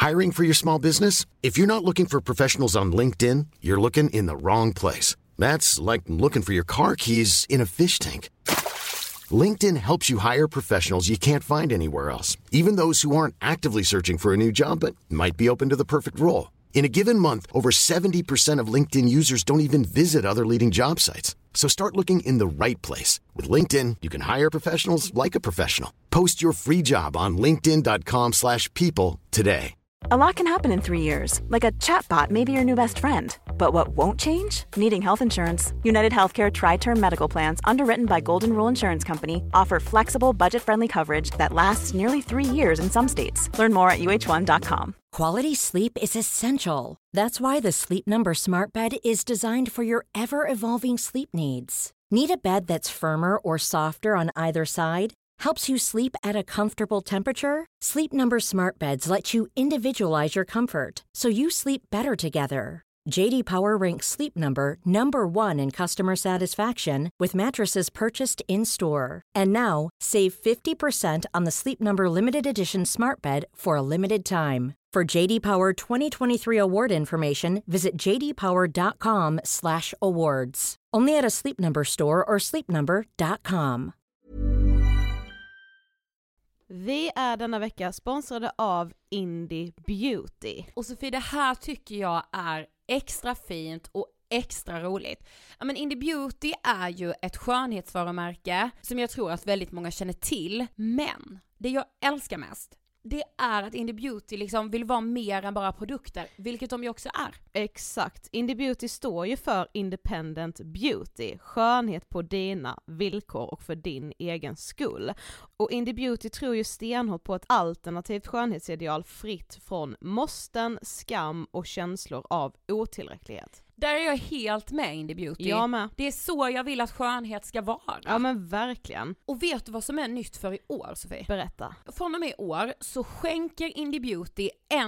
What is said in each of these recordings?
Hiring for your small business? If you're not looking for professionals on LinkedIn, you're looking in the wrong place. That's like looking for your car keys in a fish tank. LinkedIn helps you hire professionals you can't find anywhere else, even those who aren't actively searching for a new job but might be open to the perfect role. In a given month, over 70% of LinkedIn users don't even visit other leading job sites. So start looking in the right place. With LinkedIn, you can hire professionals like a professional. Post your free job on linkedin.com/people today. A lot can happen in 3 years, like a chatbot may be your new best friend. But what won't change? Needing health insurance. United Healthcare Tri-Term Medical Plans, underwritten by Golden Rule Insurance Company, offer flexible, budget-friendly coverage that lasts nearly 3 years in some states. Learn more at uh1.com. Quality sleep is essential. That's why the Sleep Number Smart Bed is designed for your ever-evolving sleep needs. Need a bed that's firmer or softer on either side? Helps you sleep at a comfortable temperature? Sleep Number Smart Beds let you individualize your comfort, so you sleep better together. JD Power ranks Sleep Number #1 in customer satisfaction with mattresses purchased in-store. And now, save 50% on the Sleep Number Limited Edition Smart Bed for a limited time. For JD Power 2023 award information, visit jdpower.com/awards. Only at a Sleep Number store or sleepnumber.com. Vi är denna vecka sponsrade av Indie Beauty. Och Sofie, det här tycker jag är extra fint och extra roligt. Ja, men Indie Beauty är ju ett skönhetsvarumärke som jag tror att väldigt många känner till. Men det jag älskar mest, det är att Indie Beauty liksom vill vara mer än bara produkter, vilket de ju också är. Exakt. Indie Beauty står ju för Independent Beauty. Skönhet på dina villkor och för din egen skull. Och Indie Beauty tror ju stenhårt på ett alternativt skönhetsideal fritt från måsten, skam och känslor av otillräcklighet. Där är jag helt med Indie Beauty. Jag med. Det är så jag vill att skönhet ska vara. Ja men verkligen. Och vet du vad som är nytt för i år, Sofie? Berätta. Från och med i år så skänker Indie Beauty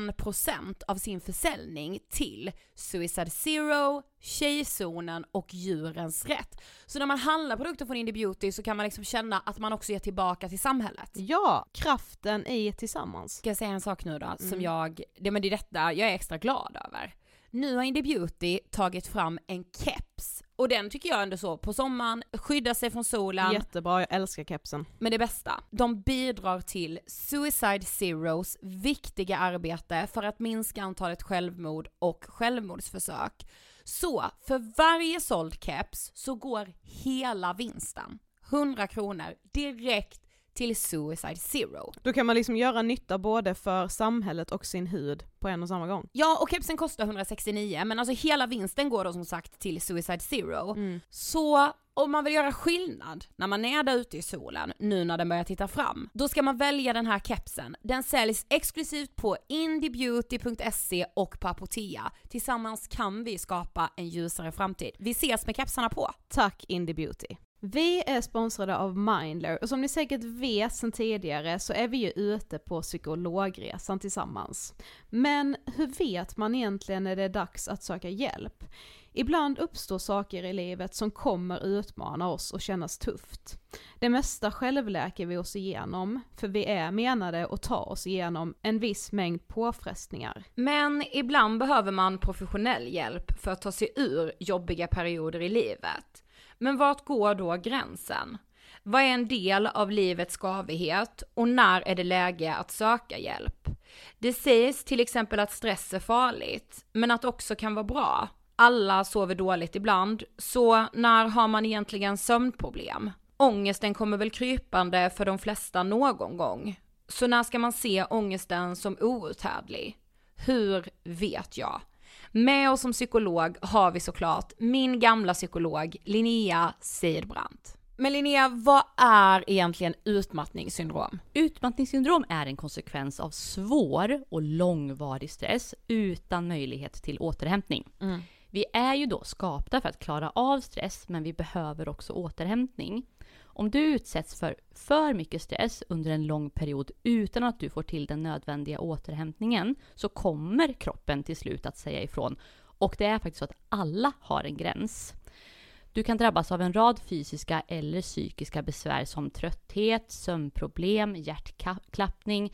1% av sin försäljning till Suicide Zero, Tjejzonen och Djurens Rätt. Så när man handlar produkter från Indie Beauty så kan man liksom känna att man också ger tillbaka till samhället. Ja, kraften i tillsammans. Ska jag säga en sak nu då? Som det är detta jag är extra glad över. Nu har Indie Beauty tagit fram en keps. Och den tycker jag ändå så på sommaren, skydda sig från solen. Jättebra, jag älskar kepsen. Men det bästa, de bidrar till Suicide Zeros viktiga arbete för att minska antalet självmord och självmordsförsök. Så för varje såld keps så går hela vinsten, 100 kronor, direkt till Suicide Zero. Då kan man liksom göra nytta både för samhället och sin hud på en och samma gång. Ja, och kepsen kostar 169, men alltså hela vinsten går då som sagt till Suicide Zero. Så om man vill göra skillnad när man är där ute i solen, nu när den börjar titta fram, då ska man välja den här kepsen. Den säljs exklusivt på indiebeauty.se och på Apotea. Tillsammans kan vi skapa en ljusare framtid. Vi ses med kepsarna på. Tack Indie Beauty. Vi är sponsrade av Mindler och som ni säkert vet sedan tidigare så är vi ju ute på psykologresan tillsammans. Men hur vet man egentligen när det är dags att söka hjälp? Ibland uppstår saker i livet som kommer utmana oss och kännas tufft. Det mesta självläker vi oss igenom, för vi är menade att ta oss igenom en viss mängd påfrestningar. Men ibland behöver man professionell hjälp för att ta sig ur jobbiga perioder i livet. Men vart går då gränsen? Vad är en del av livets skavighet och när är det läge att söka hjälp? Det sägs till exempel att stress är farligt, men att också kan vara bra. Alla sover dåligt ibland, så när har man egentligen sömnproblem? Ångesten kommer väl krypande för de flesta någon gång. Så när ska man se ångesten som outhärdlig? Hur vet jag? Med oss som psykolog har vi såklart min gamla psykolog Linnea Seidbrant. Men Linnea, vad är egentligen utmattningssyndrom? Utmattningssyndrom är en konsekvens av svår och långvarig stress utan möjlighet till återhämtning. Vi är ju då skapta för att klara av stress, men vi behöver också återhämtning. Om du utsätts för mycket stress under en lång period utan att du får till den nödvändiga återhämtningen, så kommer kroppen till slut att säga ifrån. Och det är faktiskt så att alla har en gräns. Du kan drabbas av en rad fysiska eller psykiska besvär som trötthet, sömnproblem, hjärtklappning,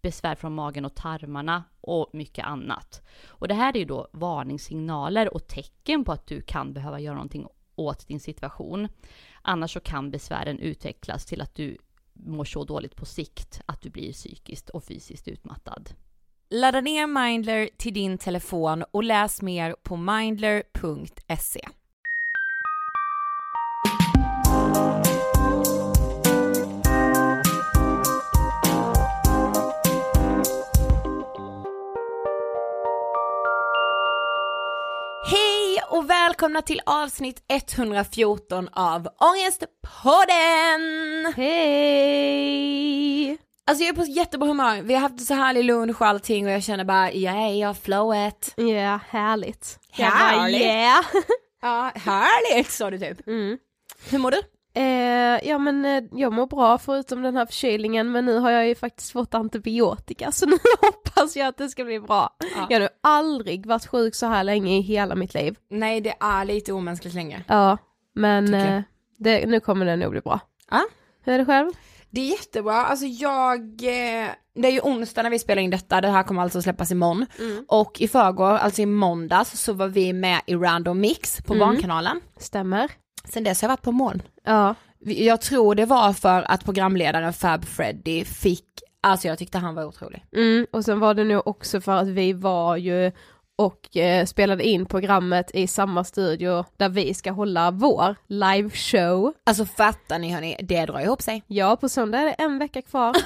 besvär från magen och tarmarna och mycket annat. Och det här är ju då varningssignaler och tecken på att du kan behöva göra någonting åt din situation. Annars så kan besvären utvecklas till att du mår så dåligt på sikt att du blir psykiskt och fysiskt utmattad. Ladda ner Mindler till din telefon och läs mer på mindler.se. Hej och välkomna till avsnitt 114 av Ångestpodden! Hej! Alltså jag är på jättebra humör. Vi har haft så härlig lunch och allting och jag känner bara, jag har flowet. Ja, härligt. Härligt. Yeah. Ja, härligt sa du typ. Hur mår du? Jag mår bra förutom den här förkylningen, men nu har jag ju faktiskt fått antibiotika så nu hoppas jag att det ska bli bra. Ja. Jag har nu aldrig varit sjuk så här länge i hela mitt liv. Nej, det är lite omänskligt länge. Ja, men nu kommer det nog bli bra. Ja. Hur är det själv? Det är jättebra, alltså det är ju onsdag när vi spelar in detta, det här kommer alltså släppas imorgon. Och i förrgår, alltså i måndags, så var vi med i Random Mix på Barnkanalen. Stämmer. Sen dess har jag varit på moln. Ja. Jag tror det var för att programledaren Fab Freddy alltså jag tyckte han var otrolig. Och sen var det nog också för att vi var ju och spelade in programmet i samma studio där vi ska hålla vår liveshow. Alltså fattar ni hörni, det drar ihop sig. Ja, på söndag är det en vecka kvar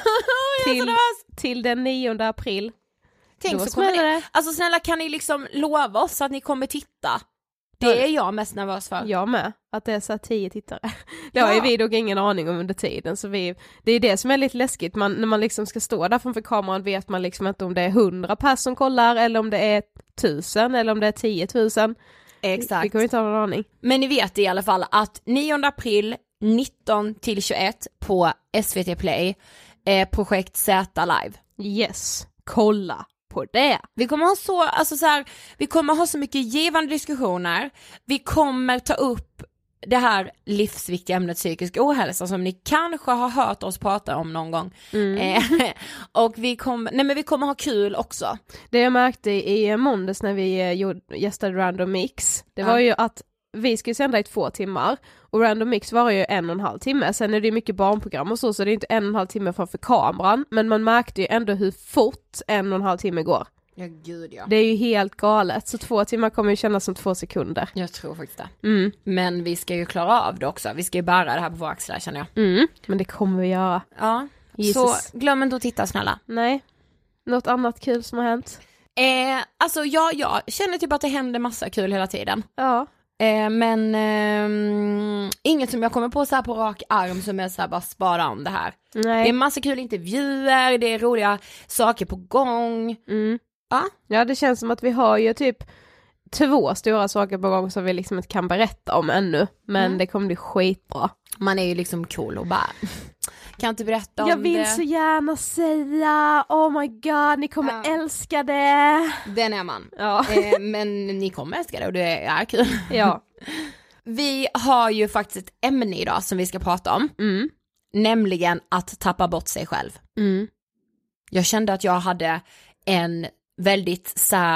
till den 9 april. Tänk så kommer ni, alltså snälla kan ni liksom lova oss att ni kommer titta? Det är jag mest nervös för. Jag med, att det är så 10 tittare. Det har ju vi dock ingen aning om under tiden. Så det är det som är lite läskigt. När man liksom ska stå där framför kameran vet man liksom inte om det är 100 personer som kollar eller om det är 1000 eller om det är 10 000. Exakt. Vi kommer inte ha någon aning. Men ni vet i alla fall att 9 april 19-21 på SVT Play Projekt Z Live. Yes, kolla på det. Vi kommer ha så mycket givande diskussioner. Vi kommer ta upp det här livsviktiga ämnet psykisk ohälsa som ni kanske har hört oss prata om någon gång. Och vi kommer ha kul också. Det jag märkte i måndags när vi gästade Random Mix, det var ju att vi ska sända i 2 timmar och Random Mix var ju 1,5 timme. Sen är det mycket barnprogram och så det är inte 1,5 timme framför kameran. Men man märkte ju ändå hur fort 1,5 timme går. Ja, gud ja. Det är ju helt galet. Så 2 timmar kommer ju kännas som 2 sekunder. Jag tror faktiskt det. Men vi ska ju klara av det också. Vi ska ju bära det här på våra axlar känner jag. Men det kommer vi göra. Ja, Jesus. Så glöm inte att titta snälla. Nej, något annat kul som har hänt? Alltså jag känner typ att det händer massa kul hela tiden. Ja. Men inget som jag kommer på så här på rak arm som är så här bara spara om det här. Nej. Det är massa kul intervjuer, det är roliga saker på gång. Ja, det känns som att vi har ju typ 2 stora saker på gång som vi liksom inte kan berätta om ännu. Men det kommer bli skitbra. Man är ju liksom cool och bara kan inte berätta om det. Jag vill så gärna säga, oh my god, ni kommer älska det. Den är man. Ja. Men ni kommer älska det och det är kul. Ja. Vi har ju faktiskt ett ämne idag som vi ska prata om. Nämligen att tappa bort sig själv. Jag kände att jag hade en väldigt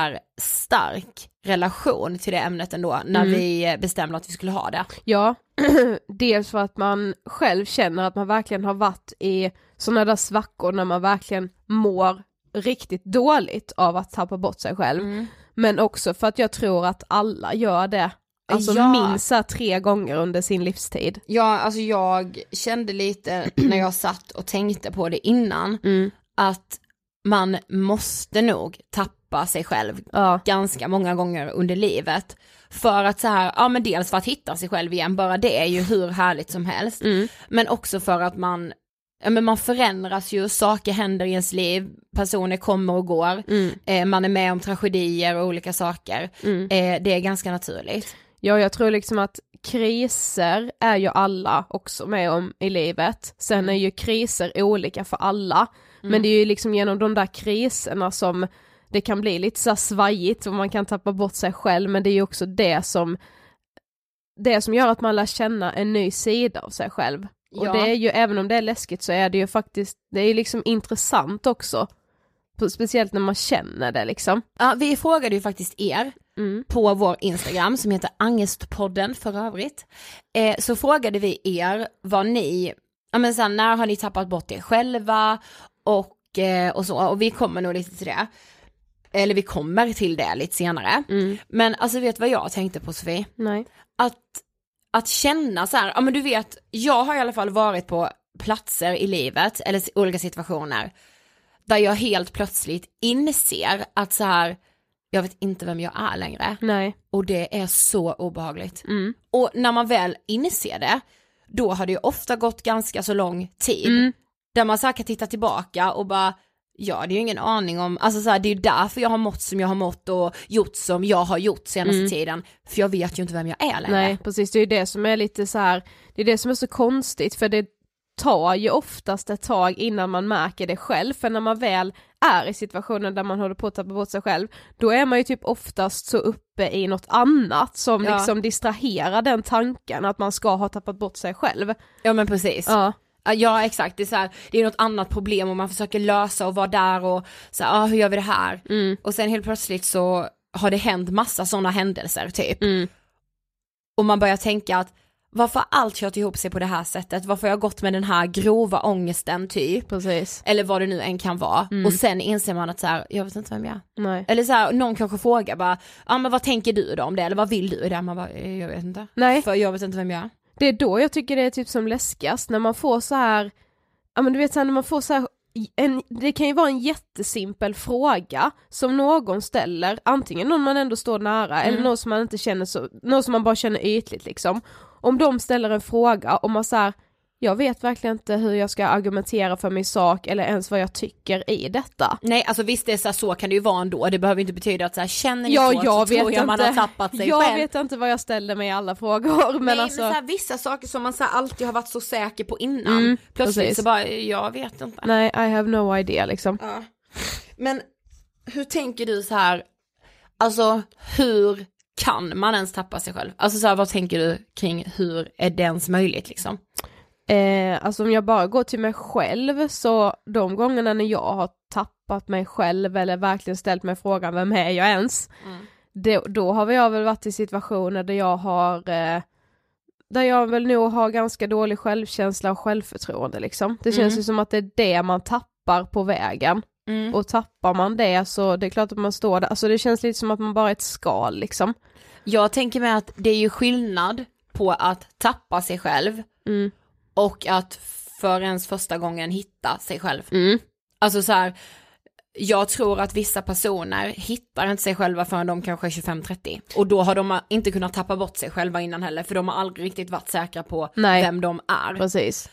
stark relation till det ämnet ändå när vi bestämde att vi skulle ha det. Ja, dels för att man själv känner att man verkligen har varit i sådana där svackor när man verkligen mår riktigt dåligt av att tappa bort sig själv. Men också för att jag tror att alla gör det. Alltså minst 3 gånger under sin livstid. Ja, alltså jag kände lite när jag satt och tänkte på det innan att man måste nog tappa sig själv ganska många gånger under livet. För att så här, men dels för att hitta sig själv igen, bara det är ju hur härligt som helst. Men också för att man förändras ju, saker händer i ens liv, personer kommer och går, man är med om tragedier och olika saker. Det är ganska naturligt. Ja, jag tror liksom att kriser är ju alla också med om i livet. Sen är ju kriser olika för alla. Men det är ju liksom genom de där kriserna som det kan bli lite så svajigt och man kan tappa bort sig själv. Men det är ju också det som gör att man lär känna en ny sida av sig själv. Och det är ju, även om det är läskigt så är det ju faktiskt, det är liksom intressant också. Speciellt när man känner det liksom. Ja, vi frågade ju faktiskt er på vår Instagram som heter Angestpodden för övrigt. Så frågade vi er vad ni, men sen när har ni tappat bort er själva och så, och vi kommer nog lite till det. Eller vi kommer till det lite senare. Men alltså vet vad jag tänkte på, Sofie? Nej. Att känna så här, ja men du vet, jag har i alla fall varit på platser i livet eller olika situationer där jag helt plötsligt inser att så här, jag vet inte vem jag är längre. Nej. Och det är så obehagligt. Och när man väl inser det, då har det ju ofta gått ganska så lång tid. Där man så här kan titta tillbaka och bara, ja det är ju ingen aning om, alltså så här, det är ju därför jag har mått som jag har mått och gjort som jag har gjort senaste tiden. För jag vet ju inte vem jag är längre. Nej, precis, det är ju det som är lite så här, det är det som är så konstigt, för det tar ju oftast ett tag innan man märker det själv, för när man väl är i situationen där man håller på att tappa bort sig själv, då är man ju typ oftast så uppe i något annat som liksom distraherar den tanken att man ska ha tappat bort sig själv. Ja men precis. Ja exakt, det är så här, det är något annat problem och man försöker lösa och vara där och så här, hur gör vi det här? Och sen helt plötsligt så har det hänt massa sådana händelser typ. Och man börjar tänka att varför allt kört ihop sig på det här sättet? Varför jag har gått med den här grova ångesten typ? Precis. Eller vad det nu än kan vara. Och sen inser man att så här, jag vet inte vem jag är. Nej. Eller så här, någon kanske frågar bara, men vad tänker du då om det? Eller vad vill du? Man bara, jag vet inte. Nej. För jag vet inte vem jag är. Det är då jag tycker det är typ som läskigast, när man får så här, ja men du vet så här, när man får så här, det kan ju vara en jättesimpel fråga som någon ställer, antingen någon man ändå står nära eller någon som man inte känner så, någon som man bara känner ytligt liksom. Om de ställer en fråga och man så här, jag vet verkligen inte hur jag ska argumentera för min sak eller ens vad jag tycker i detta. Nej, alltså visst det är så kan det ju vara ändå. Det behöver inte betyda att så här, känner ni jag så tror jag man har tappat sig jag själv. Jag vet inte vad jag ställer mig i alla frågor. Men nej, alltså... men så här, vissa saker som man så här, alltid har varit så säker på innan. Plötsligt precis. så bara, jag vet inte. Nej, I have no idea liksom. Ja. Men hur tänker du så här, alltså hur kan man ens tappa sig själv? Alltså så här, vad tänker du kring hur är det ens möjligt liksom? Alltså om jag bara går till mig själv, så de gångerna när jag har tappat mig själv eller verkligen ställt mig frågan, vem är jag ens? Då har jag väl varit i situationer där jag har där jag väl nog har ganska dålig självkänsla och självförtroende liksom. Det känns ju som att det är det man tappar på vägen. Och tappar man det så det är klart att man står där. Alltså det känns lite som att man bara är ett skal liksom. Jag tänker mig att det är ju skillnad på att tappa sig själv och att för ens första gången hitta sig själv. Alltså så här, jag tror att vissa personer hittar inte sig själva förrän de kanske är 25-30. Och då har de inte kunnat tappa bort sig själva innan heller, för de har aldrig riktigt varit säkra på vem de är. Precis.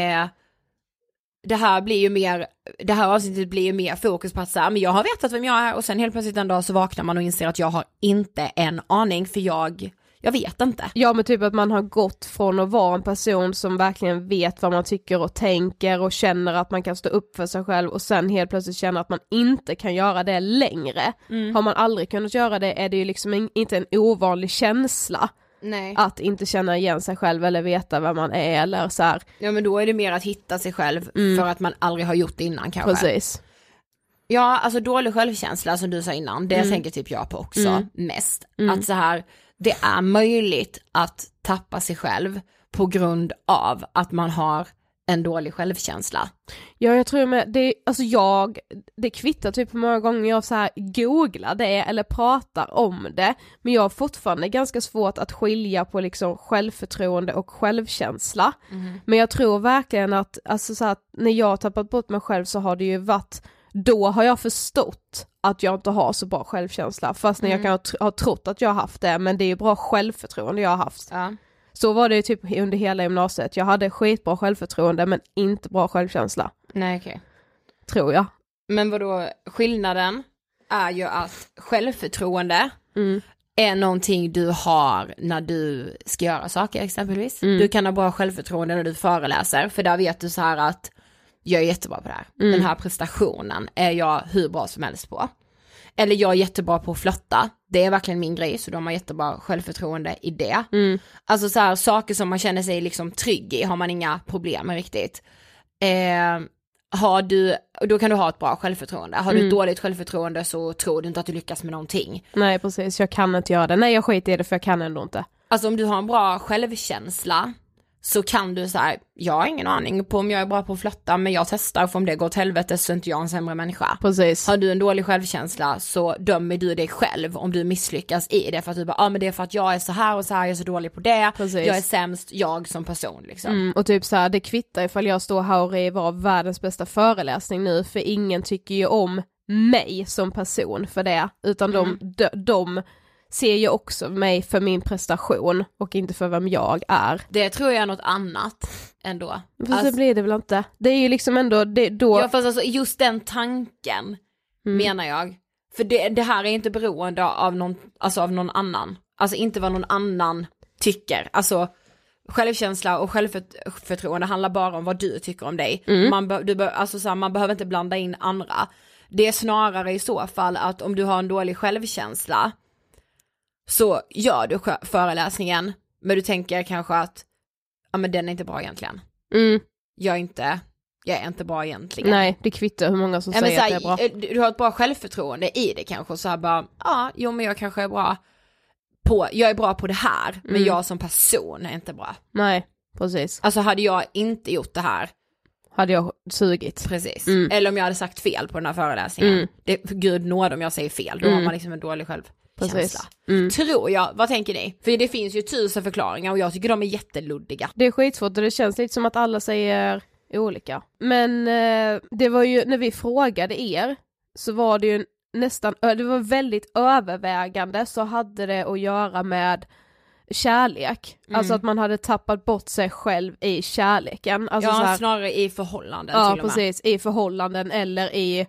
Det här avsnittet blir ju mer fokus på att säga, men jag har vetat vem jag är, och sen helt plötsligt en dag så vaknar man och inser att jag har inte en aning, för jag vet inte. Ja, men typ att man har gått från att vara en person som verkligen vet vad man tycker och tänker och känner att man kan stå upp för sig själv, och sen helt plötsligt känner att man inte kan göra det längre. Har man aldrig kunnat göra det är det ju liksom inte en ovanlig känsla. Nej. Att inte känna igen sig själv eller veta vem man är eller så här. Ja, men då är det mer att hitta sig själv för att man aldrig har gjort det innan kanske. Precis. Ja, alltså dålig självkänsla som du sa innan, det tänker typ jag på också mest. Att så här, det är möjligt att tappa sig själv på grund av att man har en dålig självkänsla. Ja, jag tror med det kvittar typ många gånger jag så här googlar det eller pratar om det, men jag har fortfarande ganska svårt att skilja på liksom självförtroende och självkänsla. Men jag tror verkligen att alltså så här, när jag har tappat bort mig själv så har det ju varit, då har jag förstått att jag inte har så bra självkänsla, fast när jag kan ha trott att jag har haft det, men det är ju bra självförtroende jag har haft. Ja. Så var det typ under hela gymnasiet. Jag hade skitbra självförtroende men inte bra självkänsla. Nej, okej. Tror jag. Men vadå, skillnaden är ju att självförtroende är någonting du har när du ska göra saker exempelvis. Du kan ha bra självförtroende när du föreläser, för där vet du så här att jag är jättebra på det här. Den här prestationen är jag hur bra som helst på. Eller jag är jättebra på att flotta. Det är verkligen min grej, så de har jättebra självförtroende i det. Alltså så här, saker som man känner sig liksom trygg i har man inga problem med riktigt. då kan du ha ett bra självförtroende. Har du ett dåligt självförtroende så tror du inte att du lyckas med någonting. Nej, precis. Jag kan inte göra det. Nej, jag skiter i det för jag kan ändå inte. Alltså om du har en bra självkänsla så kan du så här, jag har ingen aning på om jag är bra på att flotta, men jag testar, för om det går åt helvete så är inte jag en sämre människa. Precis. Har du en dålig självkänsla så dömer du dig själv om du misslyckas i det, för att du bara, men det är för att jag är så här och så här, jag är så dålig på det. Precis. Jag är sämst, jag som person liksom. Och typ så här, det kvittar ifall jag står här och river världens bästa föreläsning nu, för ingen tycker ju om mig som person för det, utan de ser ju också mig för min prestation och inte för vem jag är. Det tror jag är något annat ändå. Fast det blir det väl inte. Det är ju liksom ändå det då. Ja, fast alltså just den tanken menar jag. För det här är inte beroende av någon annan. Alltså inte vad någon annan tycker. Alltså självkänsla och självförtroende handlar bara om vad du tycker om dig. Man behöver inte blanda in andra. Det är snarare i så fall att om du har en dålig självkänsla så gör du föreläsningen, men du tänker kanske att men den är inte bra egentligen. Jag är inte bra egentligen. Nej, det kvittar hur många som säger att det är bra. Du har ett bra självförtroende i det kanske, så här bara, men jag kanske är bra jag är bra på det här, men jag som person är inte bra. Nej, precis. Alltså hade jag inte gjort det här hade jag sugit. Precis. Eller om jag hade sagt fel på den här föreläsningen. Gud nåd om jag säger fel, då har man liksom en dålig självkänsla. Tror jag, vad tänker ni? För det finns ju 1000 förklaringar och jag tycker de är jätteluddiga. Det är skitsvårt och det känns lite som att alla säger olika. Men det var ju, när vi frågade er så var det ju det var väldigt övervägande, så hade det att göra med kärlek. Alltså att man hade tappat bort sig själv i kärleken. Alltså så här, snarare i förhållanden till och med. Ja, precis. I förhållanden eller i...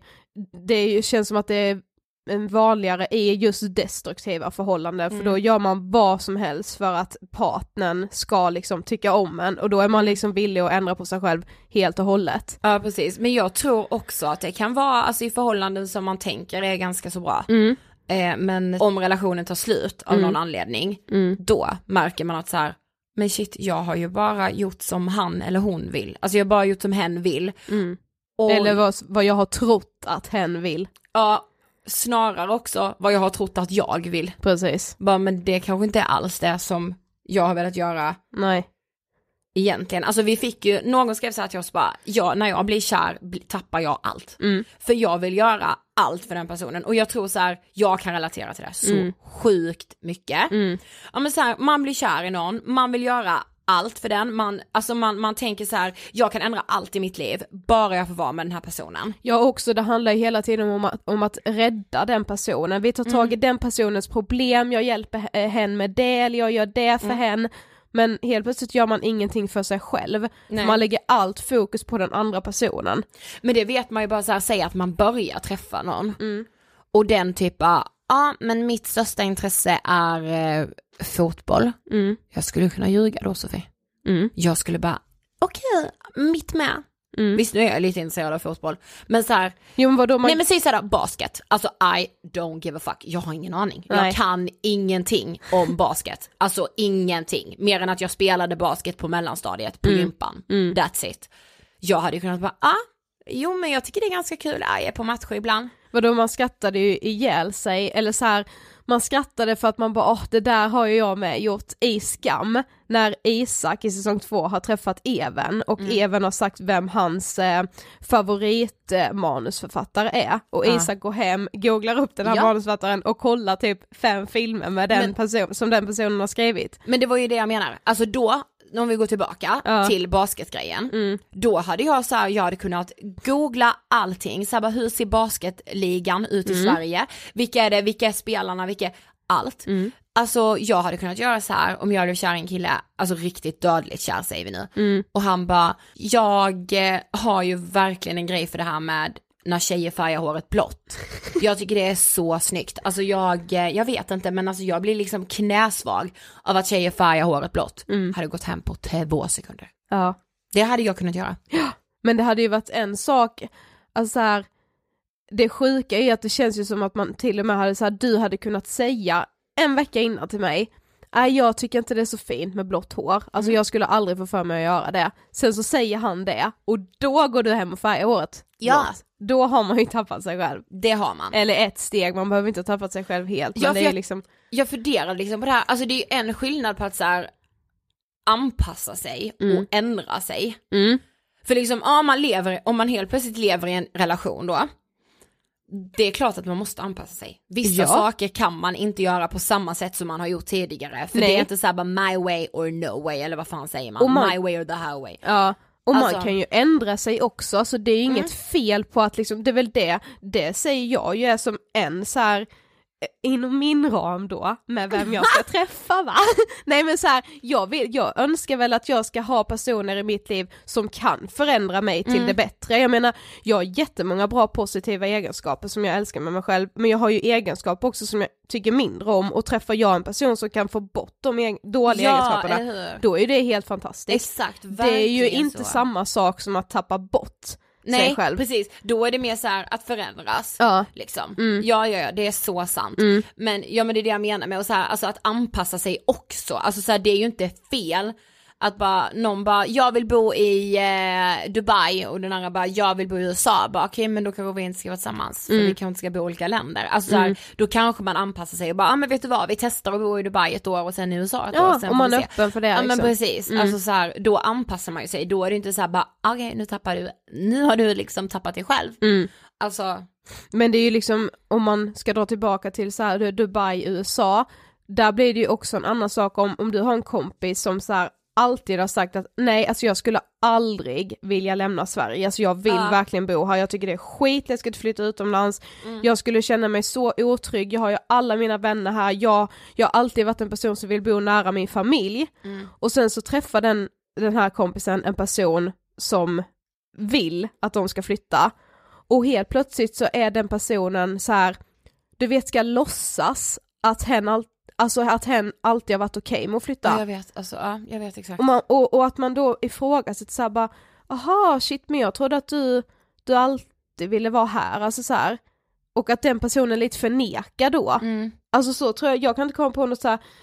Det känns som att det är en vanligare i just destruktiva förhållanden. För då gör man vad som helst för att partnern ska liksom tycka om en. Och då är man liksom villig att ändra på sig själv helt och hållet. Ja, precis. Men jag tror också att det kan vara alltså, i förhållanden som man tänker är ganska så bra. Men om relationen tar slut av någon anledning, då märker man att så här, men shit, jag har ju bara gjort som han eller hon vill. Alltså jag har bara gjort som hen vill. Och, eller vad jag har trott att hen vill. Ja, snarare också vad jag har trott att jag vill. Precis. Bara, men det kanske inte är alls det som jag har velat göra. Nej. Egentligen, alltså vi fick ju, någon skrev så här till oss bara, när jag blir kär tappar jag allt. För jag vill göra allt för den personen. Och jag tror så här, jag kan relatera till det så sjukt mycket. Ja men så här, man blir kär i någon, man vill göra allt för den, man tänker så här, jag kan ändra allt i mitt liv, bara jag får vara med den här personen. Ja också, det handlar hela tiden om att rädda den personen. Vi tar tag i den personens problem, jag hjälper henne med det, eller jag gör det för henne. Men helt plötsligt gör man ingenting för sig själv. För man lägger allt fokus på den andra personen. Men det vet man ju bara så här, säga att man börjar träffa någon. Och den typen, men mitt största intresse är fotboll. Jag skulle kunna ljuga då, Sofie. Jag skulle bara, okej, mitt med. Visst, nu är jag lite intresserad av fotboll. Men så här, nej men säg så här, basket. Alltså I don't give a fuck. Jag har ingen aning. Nej. Jag kan ingenting om basket. Alltså ingenting. Mer än att jag spelade basket på mellanstadiet på gympan. That's it. Jag hade ju kunnat bara, jo men jag tycker det är ganska kul. Jag är på matcher ibland. Vadå, man skrattade ju ihjäl sig. Eller så här, man skrattade för att man bara, det där har ju jag med gjort i Skam. När Isak i säsong 2 har träffat Even. Och Even har sagt vem hans favoritmanusförfattare är. Och Isak går hem, googlar upp den här manusförfattaren och kollar typ 5 filmer med den person som den personen har skrivit. Men det var ju det jag menar. Alltså då, om vi går tillbaka till basketgrejen, då hade jag så här, jag hade kunnat googla allting, så här, bara, hur ser basketligan ut i Sverige, vilka är spelarna, allt. Alltså jag hade kunnat göra så här om jag hade kär en kille, alltså riktigt dödligt kär säger vi nu, och han bara, jag har ju verkligen en grej för det här med när tjejer färgar håret blått. Jag tycker det är så snyggt. Alltså jag vet inte, men alltså jag blir liksom knäsvag av att tjejer färgar håret blått. Hade gått hem på 2 sekunder. Ja. Det hade jag kunnat göra. Ja. Men det hade ju varit en sak, alltså här, det sjuka är att det känns ju som att man till och med hade så här, du hade kunnat säga en vecka innan till mig nej jag tycker inte det är så fint med blått hår. Alltså jag skulle aldrig få för mig att göra det. Sen så säger han det och då går du hem och färgar håret. Ja. Då har man ju tappat sig själv. Det har man. Eller ett steg, man behöver inte ha tappat sig själv helt. Men det är liksom... Jag funderar liksom på det här, alltså det är ju en skillnad på att så här, anpassa sig och ändra sig. För liksom, om man helt plötsligt lever i en relation då, det är klart att man måste anpassa sig. Vissa saker kan man inte göra på samma sätt som man har gjort tidigare. För det är inte så här bara my way or no way, eller vad fan säger man? My way or the highway. Ja. Och alltså, man kan ju ändra sig också, så det är inget fel på att liksom, det är väl det säger jag ju är som en så här inom min ram då, med vem jag ska träffa va? Nej men så här, jag önskar väl att jag ska ha personer i mitt liv som kan förändra mig till det bättre. Jag menar, jag har jättemånga bra positiva egenskaper som jag älskar med mig själv, men jag har ju egenskaper också som jag tycker mindre om, och träffar jag en person som kan få bort de dåliga egenskaperna, då är det helt fantastiskt. Exakt, det är ju inte samma sak som att tappa bort sig själv. Precis. Då är det mer så här att förändras. Liksom. Ja, det är så sant. Men det är det jag menar med och så här, alltså att anpassa sig också. Alltså så här, det är ju inte fel att någon bara, jag vill bo i Dubai, och den andra bara, jag vill bo i USA. Bara, okej, men då kanske vi inte ska vara tillsammans, för vi kanske inte ska bo i olika länder. Alltså så här, då kanske man anpassar sig och bara, men vet du vad, vi testar att bo i Dubai ett år och sen i USA ett år. Sen och man är öppen för det. Ja, men precis. Alltså så här, då anpassar man ju sig. Då är det inte så här bara, okej, nu har du liksom tappat dig själv. Alltså. Men det är ju liksom, om man ska dra tillbaka till så här, Dubai, USA, där blir det ju också en annan sak om du har en kompis som så här alltid har sagt att nej, alltså jag skulle aldrig vilja lämna Sverige, alltså jag vill verkligen bo här, jag tycker det är skitläskigt att flytta utomlands, jag skulle känna mig så otrygg, jag har ju alla mina vänner här, jag har alltid varit en person som vill bo nära min familj, och sen så träffar den här kompisen en person som vill att de ska flytta, och helt plötsligt så är den personen så här, du vet, ska låtsas att hen alltid har varit okej med att flytta. Ja, jag vet exakt. Och att man då ifrågasätter så här bara, aha, shit, men jag trodde att du alltid ville vara här, alltså så här. Och att den personen lite förnekar då. Alltså så tror jag kan inte komma på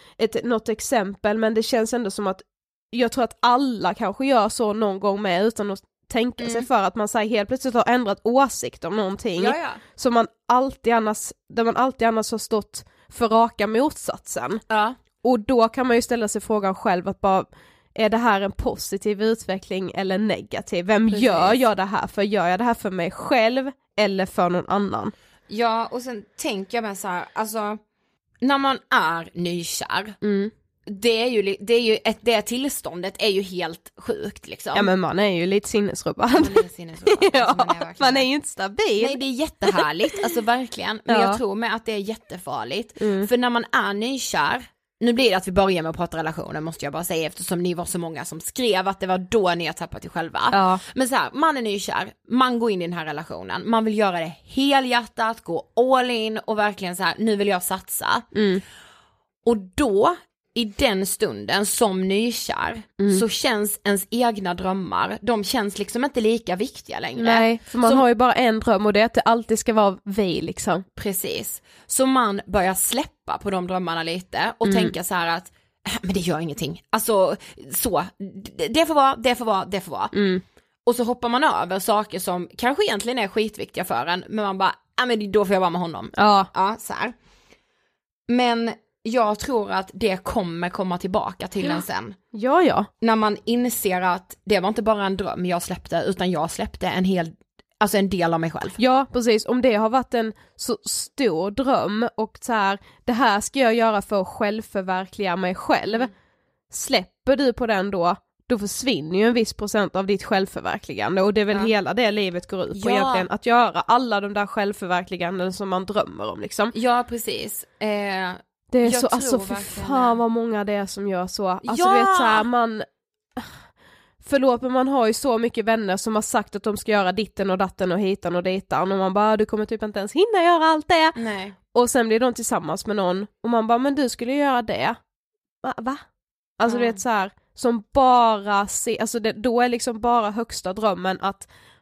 något exempel, men det känns ändå som att jag tror att alla kanske gör så någon gång med, utan att tänka sig för, att man så här, helt plötsligt har ändrat åsikt om någonting. Som man alltid annars har stått för raka motsatsen. Och då kan man ju ställa sig frågan själv att bara, är det här en positiv utveckling eller negativ? Vem gör jag det här för? Gör jag det här för mig själv eller för någon annan? Ja, och sen tänker jag med så här, alltså när man är nykär, det tillståndet är ju helt sjukt liksom. Ja, men man är ju lite sinnesrubbad. Man är ju inte stabil. Nej, det är jättehärligt, alltså verkligen. Men jag tror med att det är jättefarligt. För när man är nykär, nu blir det att vi börjar med att prata relationer, måste jag bara säga, eftersom ni var så många som skrev att det var då ni har tappat er själva. Men så här, man är nykär, man går in i den här relationen, man vill göra det helhjärtat, gå all in och verkligen så här, nu vill jag satsa. Och då, i den stunden som nykär, så känns ens egna drömmar, de känns liksom inte lika viktiga längre. Nej, för man har ju bara en dröm, och det är att det alltid ska vara vi liksom. Precis. Så man börjar släppa på de drömmarna lite och tänka så här att, men det gör ingenting. Alltså, så, det får vara. Och så hoppar man över saker som kanske egentligen är skitviktiga för en, men man bara, men då får jag vara med honom. Ja, så här. Men jag tror att det kommer komma tillbaka till en sen. Ja. När man inser att det var inte bara en dröm jag släppte, utan jag släppte en del av mig själv. Ja, precis. Om det har varit en så stor dröm och så här, det här ska jag göra för att självförverkliga mig själv. Släpper du på den då försvinner ju en viss procent av ditt självförverkligande, och det är väl hela det livet går ut på egentligen, att göra alla de där självförverkliganden som man drömmer om liksom. Ja, precis. Det är så, alltså för fan vad många det är som gör så. Alltså vet så här, förlåt, men man har ju så mycket vänner som har sagt att de ska göra ditten och datten och hitan och ditan, och man bara, du kommer typ inte ens hinna göra allt det. Nej. Och sen blir de tillsammans med någon och man bara, men du skulle göra det. Va? Alltså du vet så här, som bara då är liksom bara högsta drömmen att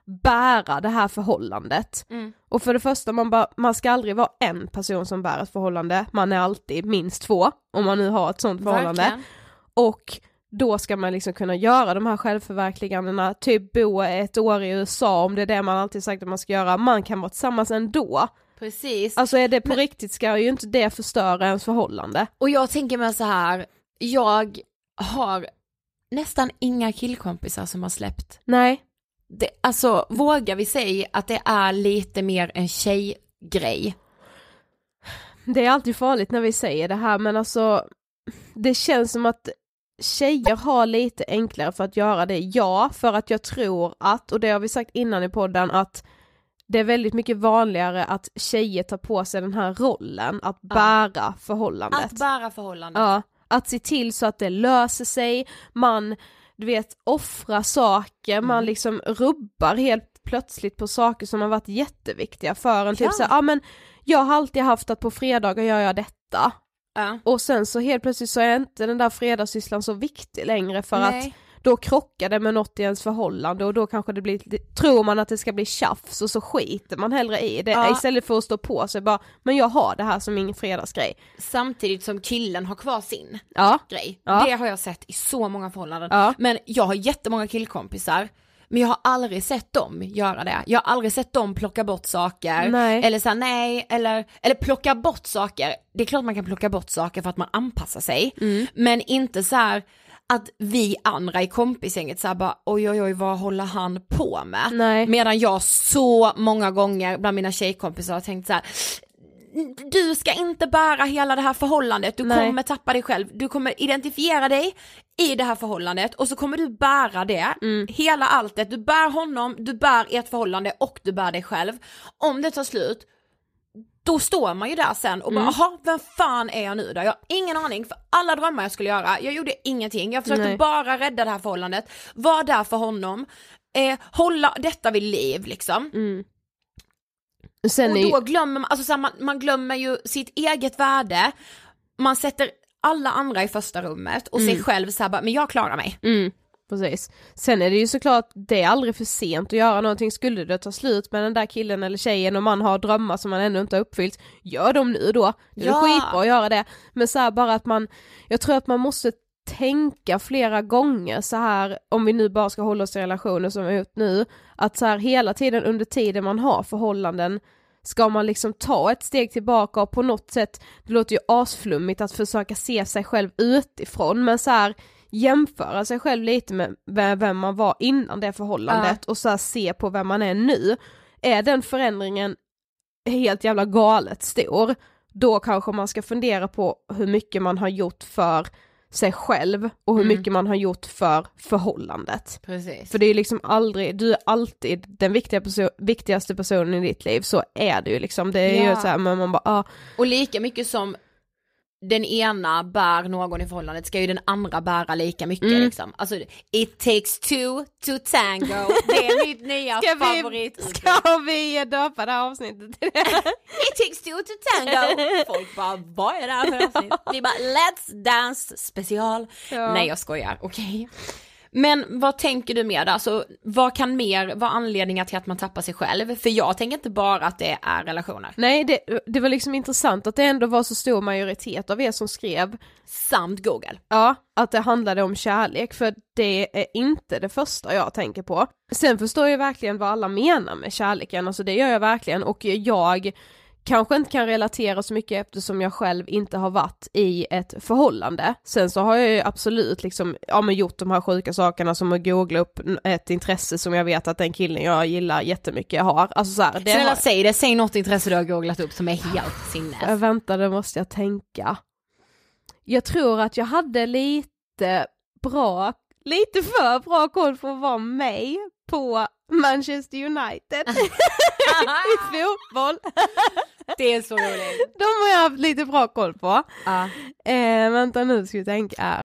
bära det här förhållandet. Och för det första, man ska aldrig vara en person som bär ett förhållande. Man är alltid minst 2 om man nu har ett sånt förhållande. Verkligen. Och då ska man liksom kunna göra de här självförverkligandena, typ bo 1 år i USA om det är det man alltid sagt att man ska göra. Man kan vara tillsammans ändå. Precis. Alltså är det på riktigt ska ju inte det förstöra ens förhållande. Och jag tänker mig så här, jag har nästan inga killkompisar som har släppt. Nej. Alltså vågar vi säga att det är lite mer en tjejgrej? Det är alltid farligt när vi säger det här, men alltså det känns som att tjejer har lite enklare för att göra det. Ja, för att jag tror att, och det har vi sagt innan i podden, att det är väldigt mycket vanligare att tjejer tar på sig den här rollen att bära förhållandet. Att bära förhållandet. Ja, att se till så att det löser sig. Man, du vet, offrar saker. Man liksom rubbar helt plötsligt på saker som har varit jätteviktiga för en. Typ så här, men jag har alltid haft att på fredagar gör jag detta. Och sen så helt plötsligt så är inte den där fredagssysslan så viktig längre för att då krockar det med något i ens förhållande och då kanske det blir, tror man att det ska bli tjafs och så skiter man hellre i det istället för att stå på sig bara, men jag har det här som min fredagsgrej. Samtidigt som killen har kvar sin grej. Det har jag sett i så många förhållanden. Men jag har jättemånga killkompisar, men jag har aldrig sett dem göra det. Jag har aldrig sett dem plocka bort saker. Eller så här, eller plocka bort saker. Det är klart man kan plocka bort saker för att man anpassar sig. Men inte så här att vi andra i kompisgänget så här bara, oj, vad håller han på med? Medan jag så många gånger bland mina tjejkompisar har tänkt så här: du ska inte bära hela det här förhållandet, du kommer tappa dig själv, du kommer identifiera dig i det här förhållandet och så kommer du bära det, hela alltet, du bär honom, du bär ert förhållande och du bär dig själv. Om det tar slut, då står man ju där sen och bara, jaha, vem fan är jag nu då? Jag har ingen aning, för alla drömmar jag skulle göra, jag gjorde ingenting, jag försökte bara rädda det här förhållandet, vara där för honom, hålla detta vid liv liksom. Och då glömmer man, alltså så här, man glömmer ju sitt eget värde, man sätter alla andra i första rummet och sig själv så här bara, men jag klarar mig. Precis. Sen är det ju såklart, det är aldrig för sent att göra någonting. Skulle det ta slut med den där killen eller tjejen och man har drömmar som man ännu inte har uppfyllt, gör dem nu då. Det är skitbra att göra det. Men så här bara att jag tror att man måste tänka flera gånger så här, om vi nu bara ska hålla oss i relationer som är ut nu, att så här hela tiden under tiden man har förhållanden ska man liksom ta ett steg tillbaka och på något sätt, det låter ju asflummigt att försöka se sig själv utifrån, men så här jämföra sig själv lite med vem man var innan det förhållandet och så här se på vem man är nu. Är den förändringen helt jävla galet stor, då kanske man ska fundera på hur mycket man har gjort för sig själv och hur mycket man har gjort för förhållandet. Precis. För det är liksom aldrig, du är alltid den viktigaste personen i ditt liv, så är det ju liksom, det är ju så här, men man bara och lika mycket som den ena bär någon i förhållandet ska ju den andra bära lika mycket liksom. Alltså it takes two to tango. Det är mitt nya favorit. Ska vi döpa det här avsnittet? It takes two to tango. Folk bara, vad är det här för avsnitt? Vi bara, let's dance special. Nej, jag skojar, okej. Men vad tänker du mer då? Alltså, vad kan mer vara anledningar till att man tappar sig själv? För jag tänker inte bara att det är relationer. Nej, det var liksom intressant att det ändå var så stor majoritet av er som skrev. Samt Google. Ja, att det handlade om kärlek, för det är inte det första jag tänker på. Sen förstår jag verkligen vad alla menar med kärleken, alltså det gör jag verkligen, och jag kanske inte kan relatera så mycket eftersom jag själv inte har varit i ett förhållande. Sen så har jag ju absolut liksom, gjort de här sjuka sakerna som att googla upp ett intresse som jag vet att den killen jag gillar jättemycket har. Alltså så här, säg något intresse du har googlat upp som är helt sinnes. Vänta, det måste jag tänka. Jag tror att jag hade lite för bra koll på att vara mig på Manchester United i fotboll. Det är så roligt. De har jag haft lite bra koll på. Vänta nu, ska vi tänka.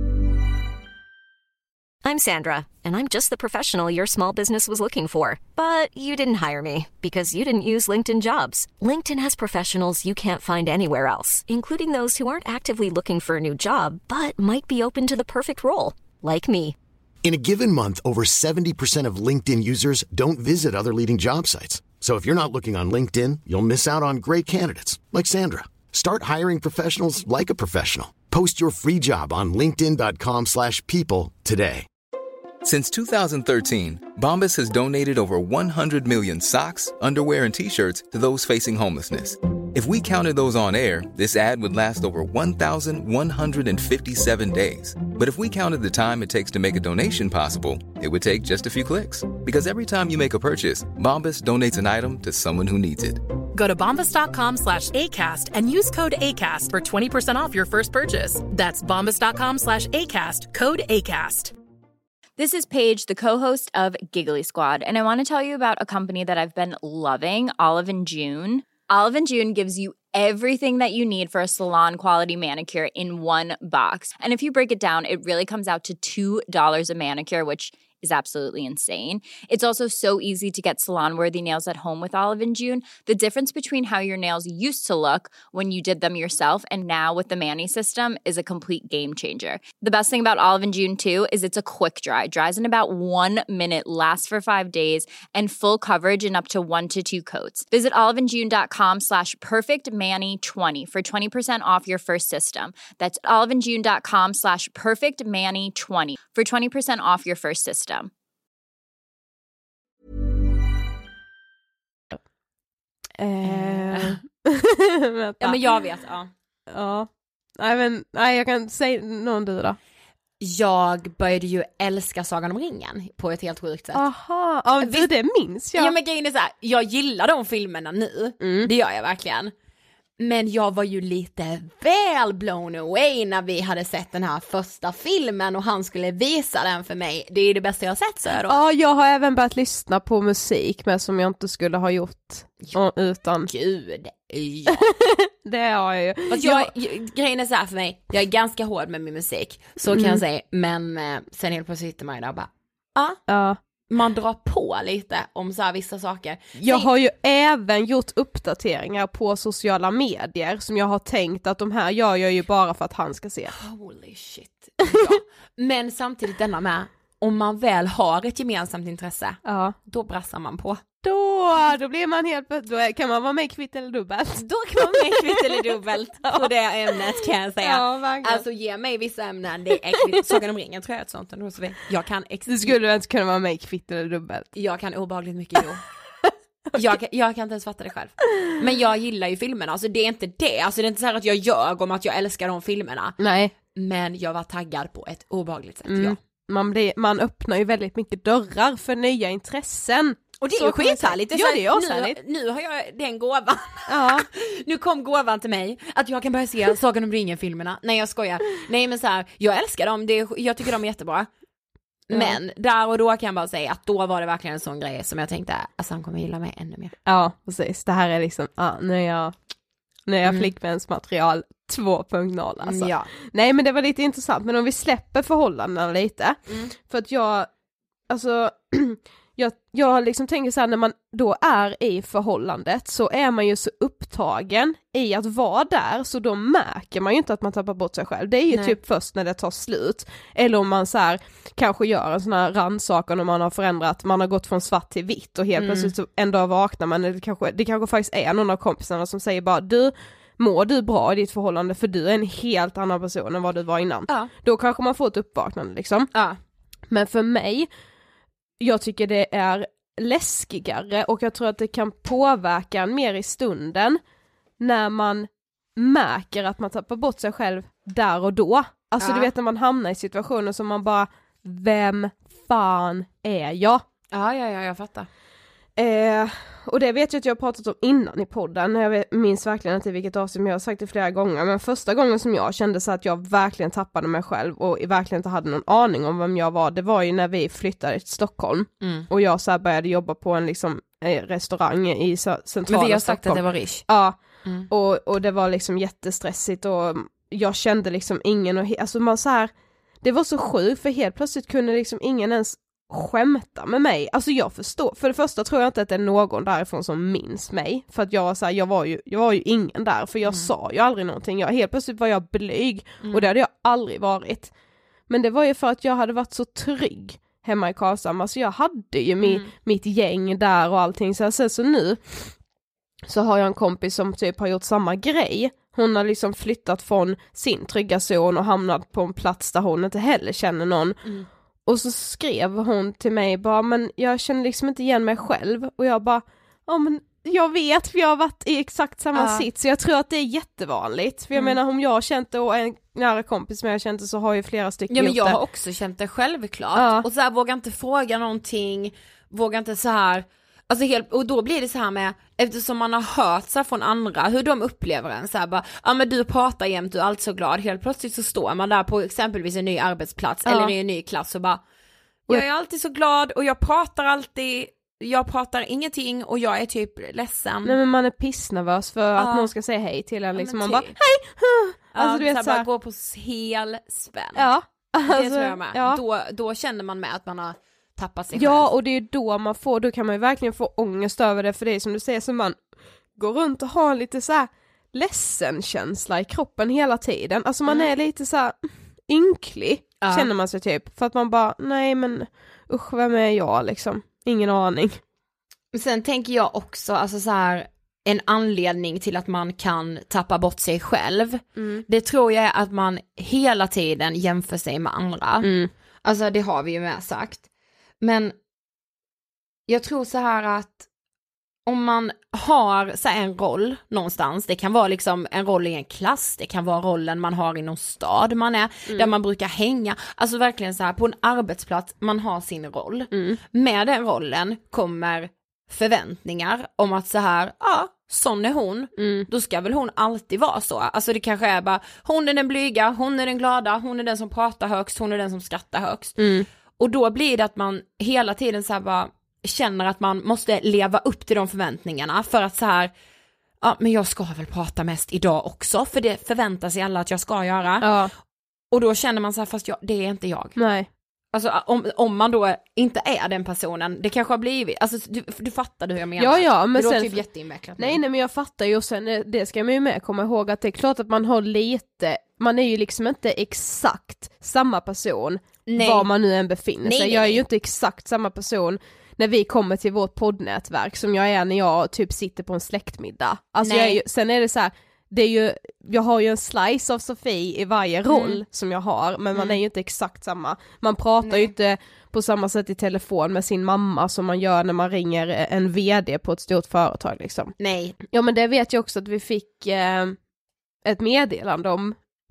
I'm Sandra, and I'm just the professional your small business was looking for. But you didn't hire me because you didn't use LinkedIn Jobs. LinkedIn has professionals you can't find anywhere else, including those who aren't actively looking for a new job, but might be open to the perfect role, like me. In a given month, over 70% of LinkedIn users don't visit other leading job sites. So if you're not looking on LinkedIn, you'll miss out on great candidates like Sandra. Start hiring professionals like a professional. Post your free job on linkedin.com/people today. Since 2013, Bombas has donated over 100 million socks, underwear, and T-shirts to those facing homelessness. If we counted those on air, this ad would last over 1,157 days. But if we counted the time it takes to make a donation possible, it would take just a few clicks. Because every time you make a purchase, Bombas donates an item to someone who needs it. Go to bombas.com/ACAST and use code ACAST for 20% off your first purchase. That's bombas.com/ACAST, code ACAST. This is Paige, the co-host of Giggly Squad, and I want to tell you about a company that I've been loving, Olive & June. Olive & June gives you everything that you need for a salon-quality manicure in one box. And if you break it down, it really comes out to $2 a manicure, which is absolutely insane. It's also so easy to get salon-worthy nails at home with Olive & June. The difference between how your nails used to look when you did them yourself and now with the Mani system is a complete game changer. The best thing about Olive & June, too, is it's a quick dry. Dries in about 1 minute, lasts for 5 days, and full coverage in up to 1 to 2 coats. Visit oliveandjune.com/perfectmani20 for 20% off your first system. That's oliveandjune.com/perfectmani20 for 20% off your first system. Ja, men jag vet, Ja. Nej, jag kan säga någon du då. Jag började ju älska Sagan om ringen på ett helt sjukt sätt. Aha, ja, det minns jag. Ja, men grejen är så här, jag gillar de filmerna nu. Det gör jag verkligen. Men jag var ju lite väl blown away när vi hade sett den här första filmen och han skulle visa den för mig. Det är det bästa jag har sett, så då. Ja, jag har även börjat lyssna på musik med som jag inte skulle ha gjort utan. Gud, ja. Det har jag ju. Grejen är så här för mig, jag är ganska hård med min musik, så kan jag säga. Men sen helt plötsligt sitter man ju där och bara, ja. Man drar på lite om så här vissa saker. Jag har ju även gjort uppdateringar på sociala medier som jag har tänkt att de här gör jag ju bara för att han ska se. Holy shit. Ja. Men samtidigt denna med, om man väl har ett gemensamt intresse, då brassar man på. Då blir man helt, då kan man vara med kvitt eller dubbelt. Då kan man vara med kvitt eller dubbelt på det ämnet, kan jag säga. Ja, alltså ge mig vissa ämnen, det är kvitt. Sagan om ringen tror jag är ett sånt. Jag kan du skulle inte kunna vara med kvitt eller dubbelt. Jag kan obehagligt mycket då. Jag kan inte ens fatta det själv. Men jag gillar ju filmerna, alltså det är inte det. Alltså det är inte så här att jag ljög om att jag älskar de filmerna. Nej. Men jag var taggad på ett obehagligt sätt, Man öppnar ju väldigt mycket dörrar för nya intressen. Och det är ju skithärligt. Ja, det är ashärligt. Nu har jag den gåvan. Ja. Nu kom gåvan till mig att jag kan börja se Sagan om ringen-filmerna. Nej, jag skojar. Nej, men så här, jag älskar dem. Jag tycker de är jättebra. Men där och då kan jag bara säga att då var det verkligen en sån grej som jag tänkte, alltså han kommer gilla mig ännu mer. Ja, precis. Det här är liksom, nu är jag flickvänsmaterial 2.0 alltså. Ja. Nej, men det var lite intressant. Men om vi släpper förhållandena lite. För att jag liksom tänker så här, när man då är i förhållandet så är man ju så upptagen i att vara där, så då märker man ju inte att man tappar bort sig själv. Det är ju typ först när det tar slut. Eller om man så här kanske gör en sån här rannsakan och man har förändrat, man har gått från svart till vitt och helt plötsligt så en dag vaknar man, det kanske faktiskt är någon av kompisarna som säger bara, mår du bra i ditt förhållande för du är en helt annan person än vad du var innan. Ja. Då kanske man får ett uppvaknande liksom. Ja. Men för mig, jag tycker det är läskigare och jag tror att det kan påverka en mer i stunden när man märker att man tappar bort sig själv där och då. Alltså du vet när man hamnar i situationer som man bara, vem fan är jag? Ja, jag fattar. Och det vet jag att jag har pratat om innan i podden. Jag minns verkligen inte vilket avsnitt, men jag har sagt det flera gånger. Men första gången som jag kände så att jag verkligen tappade mig själv och verkligen inte hade någon aning om vem jag var, det var ju när vi flyttade till Stockholm. Och jag så här började jobba på en liksom restaurang i centrala Stockholm. Men vi har sagt Stockholm. Att det var rish. Ja, och det var liksom jättestressigt och jag kände liksom ingen, alltså man så här, det var så sjukt för helt plötsligt kunde liksom ingen ens skämta med mig. Alltså jag förstår, för det första tror jag inte att det är någon därifrån som minns mig, för att jag var så här, jag var ju ingen där, för jag sa ju aldrig någonting. Helt plötsligt var jag blyg och det hade jag aldrig varit. Men det var ju för att jag hade varit så trygg hemma i Karlshamn. Alltså jag hade ju mitt gäng där och allting. Sen så nu så har jag en kompis som typ har gjort samma grej. Hon har liksom flyttat från sin trygga zon och hamnat på en plats där hon inte heller känner någon. Och så skrev hon till mig bara, men jag känner liksom inte igen mig själv. Och jag bara, ja men jag vet, för jag har varit i exakt samma sitt. Så jag tror att det är jättevanligt. För jag menar, om jag har känt det och en nära kompis som jag har känt det, så har ju flera stycken gjort det. Ja, men jag har också känt det självklart. Och så här, vågar inte fråga någonting. Vågar inte så här. Alltså och då blir det så här med, eftersom man har hört så här från andra hur de upplever en så här bara, ja men du pratar jämt, du är alltid så glad. Helt plötsligt så står man där på exempelvis en ny arbetsplats eller i en ny klass och bara, jag är alltid så glad och jag pratar ingenting och jag är typ ledsen. Nej, men man är pissnervös för att någon ska säga hej till en liksom. Man bara, hej! Alltså du vet så här, bara gå på hel spänn. Ja. Alltså, det tror jag med. Ja. Då känner man med att man har tappat sig Ja, själv. och det är då kan man ju verkligen få ångest över det, för det är som du säger, så man går runt och har lite så här ledsen känsla i kroppen hela tiden. Alltså man är lite så här ynklig, känner man sig typ, för att man bara, nej men usch, vem är jag liksom? Ingen aning. Sen tänker jag också, alltså så här, en anledning till att man kan tappa bort sig själv, det tror jag är att man hela tiden jämför sig med andra. Alltså det har vi ju med sagt. Men jag tror så här att om man har så här en roll någonstans, det kan vara liksom en roll i en klass, det kan vara rollen man har i någon stad man är, där man brukar hänga, alltså verkligen så här på en arbetsplats, man har sin roll. Med den rollen kommer förväntningar om att så här, sån är hon, då ska väl hon alltid vara så. Alltså det kanske är bara, hon är den blyga, hon är den glada, hon är den som pratar högst, hon är den som skrattar högst. Och då blir det att man hela tiden så här bara känner att man måste leva upp till de förväntningarna, för att så här, men jag ska väl prata mest idag också, för det förväntar sig alla att jag ska göra. Och då känner man så här, fast det är inte jag. Nej. Alltså om man då inte är den personen, det kanske har blivit, alltså du fattar hur jag menar. Ja, men det låter sen, typ jätteinvecklat. Nej, men jag fattar ju, och sen det ska man ju med komma ihåg att det är klart att man har lite, man är ju liksom inte exakt samma person var man nu än befinner sig. Jag är ju inte exakt samma person när vi kommer till vårt poddnätverk som jag är när jag typ sitter på en släktmiddag. Alltså sen är det så här, det är ju, jag har ju en slice av Sofie i varje roll som jag har, men man är ju inte exakt samma. Man pratar ju inte på samma sätt i telefon med sin mamma som man gör när man ringer en vd på ett stort företag liksom. Nej. Ja, men det vet jag också att vi fick ett meddelande om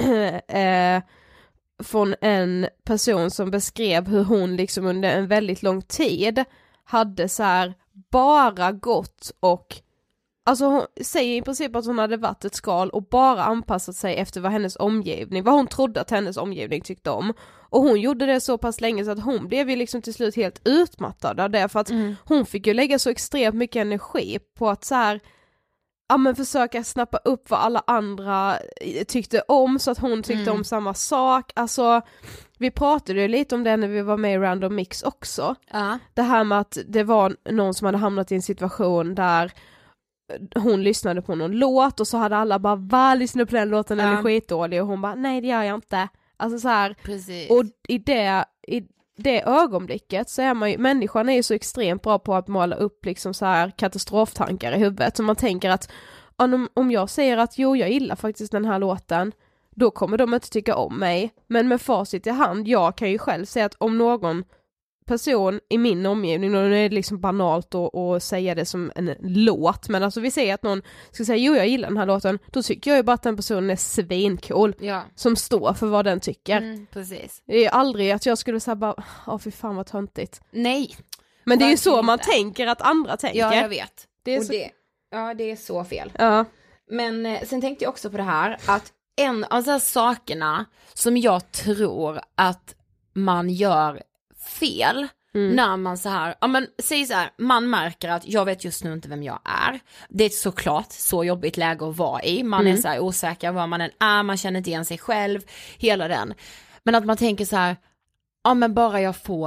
från en person som beskrev hur hon liksom under en väldigt lång tid hade så här bara gått och, alltså hon säger i princip att hon hade varit ett skal och bara anpassat sig efter vad hennes omgivning, vad hon trodde att hennes omgivning tyckte om. Och hon gjorde det så pass länge så att hon blev ju liksom till slut helt utmattad av det, för att hon fick ju lägga så extremt mycket energi på att så här, men försöka snappa upp vad alla andra tyckte om, så att hon tyckte om samma sak. Alltså vi pratade ju lite om det när vi var med i Random Mix också. Det här med att det var någon som hade hamnat i en situation där hon lyssnade på någon låt och så hade alla bara, lyssna på den låten, den är skitdålig, och hon bara, nej det gör jag inte. Alltså så här. Precis. Och i det ögonblicket så är man ju, människan är ju så extremt bra på att måla upp liksom så här katastroftankar i huvudet, så man tänker att om jag säger att jag gillar faktiskt den här låten, då kommer de inte tycka om mig. Men med facit i hand, jag kan ju själv säga att om någon person i min omgivning, och nu är det liksom banalt att säga det som en låt, men alltså vi säger att någon ska säga, jag gillar den här låten, då tycker jag ju bara att den personen är svincool, som står för vad den tycker. Precis. Det är aldrig att jag skulle säga bara, fy fan vad töntigt. Nej. Men det är ju så man tänker att andra tänker. Ja, jag vet. Det är och så... det är så fel. Ja. Men sen tänkte jag också på det här, att en av de här sakerna som jag tror att man gör fel när man så här, men säg så här, man märker att jag vet just nu inte vem jag är. Det är såklart så jobbigt läge att vara i. Man är så här osäker var man än är, man känner inte igen sig själv, hela den. Men att man tänker så här, men bara jag får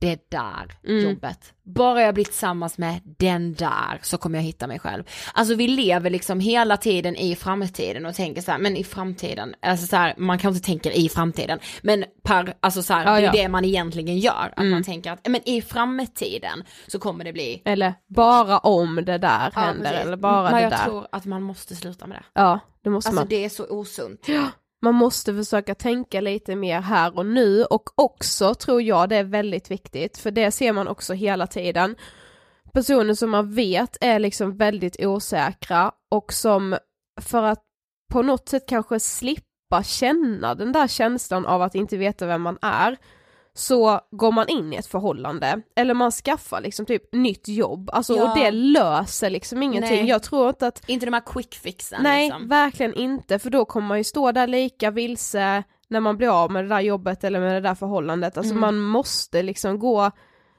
det där jobbet. Bara jag blir tillsammans med den där så kommer jag hitta mig själv. Alltså vi lever liksom hela tiden i framtiden och tänker så här, men i framtiden, alltså så här, man kanske inte tänker i framtiden, men alltså så här, det är det man egentligen gör. Att man tänker att men i framtiden så kommer det bli. Eller bara om det där händer. Precis. Eller bara men det jag där. tror att man måste sluta med det. Ja, det måste alltså man. det är så osunt. Ja. Man måste försöka tänka lite mer här och nu, och också tror jag det är väldigt viktigt, för det ser man också hela tiden. Personer som man vet är liksom väldigt osäkra och som för att på något sätt kanske slippa känna den där känslan av att inte veta vem man är, så går man in i ett förhållande eller man skaffar liksom typ nytt jobb, alltså och det löser liksom ingenting. Nej. Jag tror inte att inte de här quick fixen. Nej, liksom. verkligen inte, för då kommer man ju stå där lika vilse när man blir av med det där jobbet eller med det där förhållandet. Alltså man måste liksom gå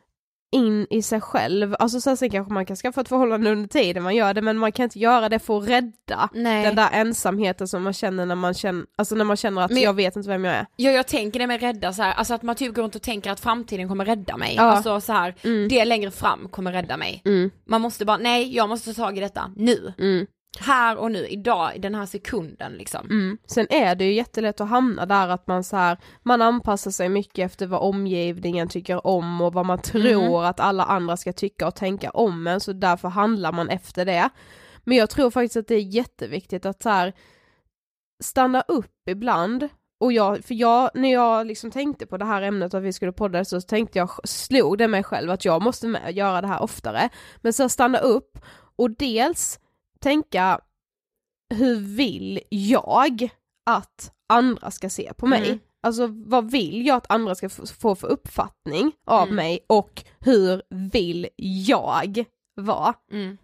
in i sig själv. Alltså sen kanske man kan skaffa ett förhållande under tiden man gör det, men man kan inte göra det för att rädda den där ensamheten som man känner när man känner, alltså när man känner att jag vet inte vem jag är. Ja, jag tänker det med rädda så här, alltså att man typ går runt och tänker att framtiden kommer rädda mig. Alltså så här, det längre fram kommer rädda mig. Man måste bara, nej, jag måste ta tag i detta nu. Här och nu, idag, i den här sekunden liksom. Sen är det ju jättelätt att hamna där att man så här, man anpassar sig mycket efter vad omgivningen tycker om och vad man tror att alla andra ska tycka och tänka om en, så därför handlar man efter det. Men jag tror faktiskt att det är jätteviktigt att så här, stanna upp ibland. Och när jag liksom tänkte på det här ämnet att vi skulle podda, så tänkte jag, slog det mig själv att jag måste göra det här oftare. Men så stanna upp och dels tänka, hur vill jag att andra ska se på mig? Alltså vad vill jag att andra ska få för uppfattning av mig, och hur vill jag vara?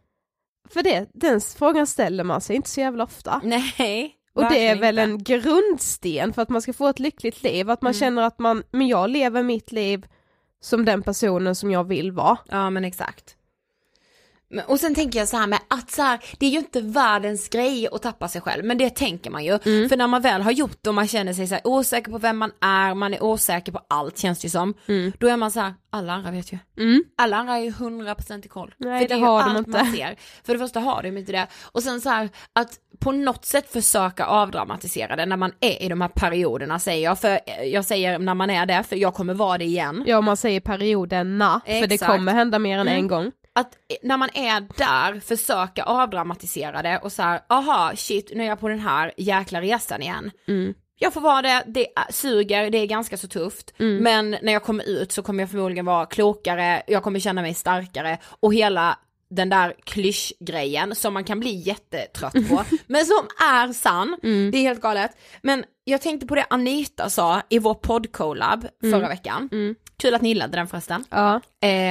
För den frågan ställer man sig inte så jävla ofta. Nej. Och det är väl en grundsten för att man ska få ett lyckligt liv, att man känner att men jag lever mitt liv som den personen som jag vill vara. Ja, men exakt. Och sen tänker jag så här med att så här, det är ju inte världens grej att tappa sig själv, men det tänker man ju. För när man väl har gjort det och man känner sig så här osäker på vem man är osäker på allt, känns det som. Då är man så här, alla andra vet ju. Alla andra är ju 100% i koll. Nej, för det är har ju de allt inte. man ser. För det första har de inte det. Och sen så här, att på något sätt försöka avdramatisera det när man är i de här perioderna, säger jag. För jag säger när man är där, för jag kommer vara det igen. Ja, man säger perioderna, för det kommer hända mer än en gång. Att när man är där, försöka avdramatisera det och så här, aha, shit, nu är jag på den här jäkla resan igen. Jag får vara det suger, det är ganska så tufft, men när jag kommer ut så kommer jag förmodligen vara klokare, jag kommer känna mig starkare, och hela den där klyschgrejen som man kan bli jättetrött på, men som är sann, det är helt galet. Men jag tänkte på det Anita sa i vår podd-collab förra veckan, kul att ni gillade den förresten. Ja.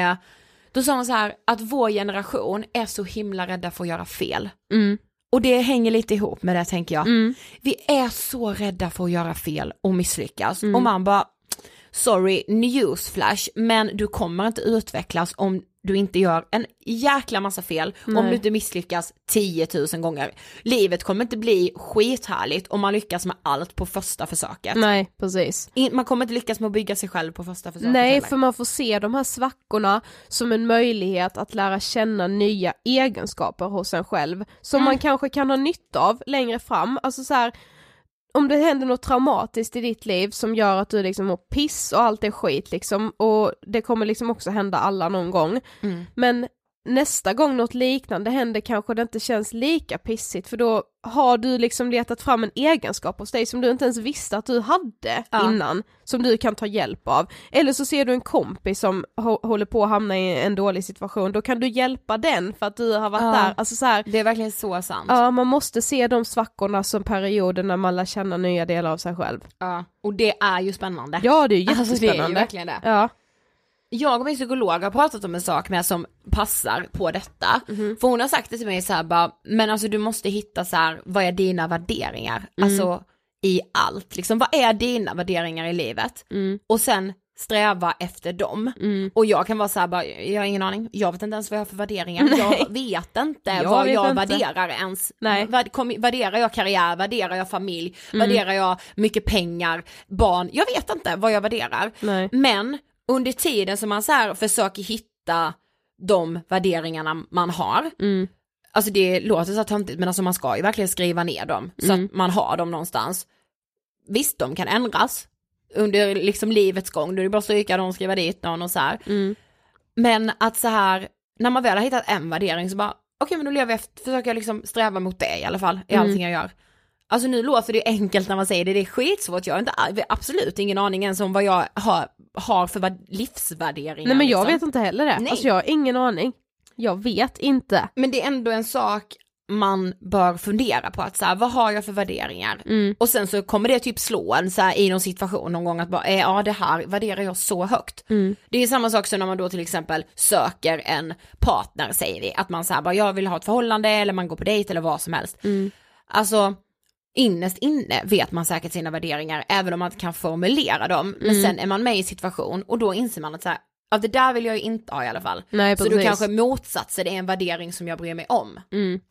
Då sa hon så här, att vår generation är så himla rädda för att göra fel. Och det hänger lite ihop med det, tänker jag. Vi är så rädda för att göra fel och misslyckas. Och man bara, sorry, newsflash, men du kommer inte utvecklas om du inte gör en jäkla massa fel. Om du inte misslyckas 10 000 gånger. Livet kommer inte bli skithärligt om man lyckas med allt på första försöket. Nej, precis. Man kommer inte lyckas med att bygga sig själv på första försöket. Nej, heller. för man får se de här svackorna som en möjlighet att lära känna nya egenskaper hos en själv, som man kanske kan ha nytta av längre fram. Alltså så här, om det händer något traumatiskt i ditt liv som gör att du liksom mår piss och allt är skit liksom, och det kommer liksom också hända alla någon gång. Men nästa gång något liknande händer kanske det inte känns lika pissigt, för då har du liksom letat fram en egenskap hos dig som du inte ens visste att du hade innan, som du kan ta hjälp av. Eller så ser du en kompis som håller på att hamna i en dålig situation, då kan du hjälpa den för att du har varit där. Alltså så här, det är verkligen så sant. Ja, man måste se de svackorna som perioder när man lär känna nya delar av sig själv. Ja, och det är ju spännande. Ja, det är jättespännande. Alltså, det är ju verkligen det. Ja. Jag och min psykolog har pratat om en sak med som passar på detta. För hon har sagt det till mig så här, bara, men alltså du måste hitta så här, vad är dina värderingar? Alltså i allt, liksom, vad är dina värderingar i livet? Och sen sträva efter dem. Och jag kan vara så här, bara, jag har ingen aning, jag vet inte ens vad jag har för värderingar. Nej. Jag vet inte vad jag värderar ens. Nej. Värderar jag karriär, värderar jag familj, värderar jag mycket pengar, barn? Jag vet inte vad jag värderar. Nej. Men under tiden som man så här försöker hitta de värderingarna man har. Alltså det låter så töntigt, men alltså man ska ju verkligen skriva ner dem så att man har dem någonstans. Visst, de kan ändras under liksom livets gång. Då är det bara stryka dem, skriva dit någon och så här. Men att så här, när man väl har hittat en värdering så bara, okej, men då lever jag efter, försöker jag liksom sträva mot det i alla fall i allting jag gör. Alltså nu låter det enkelt när man säger det, det är skitsvårt. Jag har absolut ingen aning ens om vad jag har för livsvärderingar. Nej, men jag liksom. vet inte heller det. Nej. Alltså jag har ingen aning. Jag vet inte. Men det är ändå en sak man bör fundera på, att så här, vad har jag för värderingar? Och sen så kommer det typ slå en så här, i någon situation någon gång att bara, ja, det här värderar jag så högt. Det är samma sak som när man då till exempel söker en partner, säger vi, att man så här, bara, jag vill ha ett förhållande, eller man går på dejt eller vad som helst. Alltså innerst inne vet man säkert sina värderingar, även om man inte kan formulera dem. Men sen är man med i situation och då inser man att så här, ja, det där vill jag ju inte ha i alla fall. Nej, så då kanske motsatsen, det är en värdering som jag bryr mig om.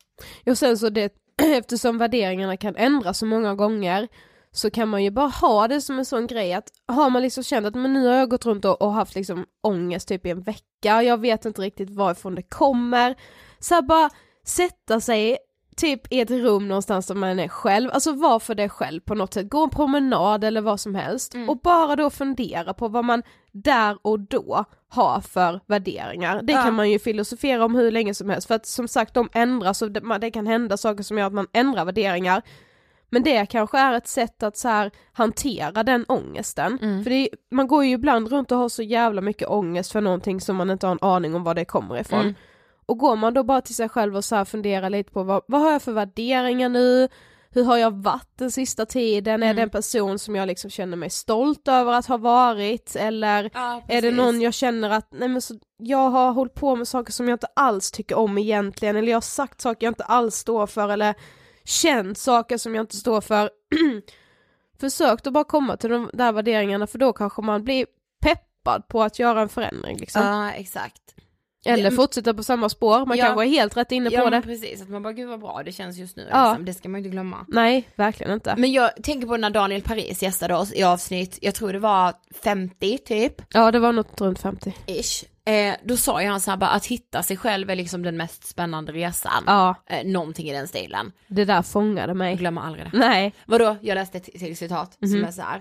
Och sen så det, eftersom värderingarna kan ändras så många gånger, så kan man ju bara ha det som en sån grej att har man liksom känt att men nu har jag gått runt och haft liksom ångest typ i en vecka, jag vet inte riktigt varifrån det kommer, så här bara sätta sig typ i ett rum någonstans där man är själv, alltså var för det själv på något sätt, gå en promenad eller vad som helst och bara då fundera på vad man där och då har för värderingar. Det kan man ju filosofera om hur länge som helst, för att som sagt de ändras och det kan hända saker som gör att man ändrar värderingar, men det kanske är ett sätt att så här hantera den ångesten, för man går ju ibland runt och har så jävla mycket ångest för någonting som man inte har en aning om var det kommer ifrån. Och går man då bara till sig själv och så här funderar lite på vad har jag för värderingar nu? Hur har jag varit den sista tiden? Är det en person som jag liksom känner mig stolt över att ha varit? Eller är det någon jag känner att nej, men så, jag har hållit på med saker som jag inte alls tycker om egentligen? Eller jag har sagt saker jag inte alls står för? Eller känt saker som jag inte står för? Försök att bara komma till de där värderingarna, för då kanske man blir peppad på att göra en förändring. Liksom. Ja, exakt. Eller fortsätta på samma spår. Man kanske är helt rätt inne på det. Ja, precis. Att man bara, gud vad bra det känns just nu. Liksom. Det ska man ju inte glömma. Nej, verkligen inte. Men jag tänker på när Daniel Paris gästade oss i avsnitt, jag tror det var 50 typ. Ja, det var något runt 50. Ish. Då sa jag så här bara, att hitta sig själv är liksom den mest spännande resan. Ja. Någonting i den stilen. Det där fångade mig. Jag glömmer aldrig det. Nej. Vadå? Jag läste ett citat som är så här: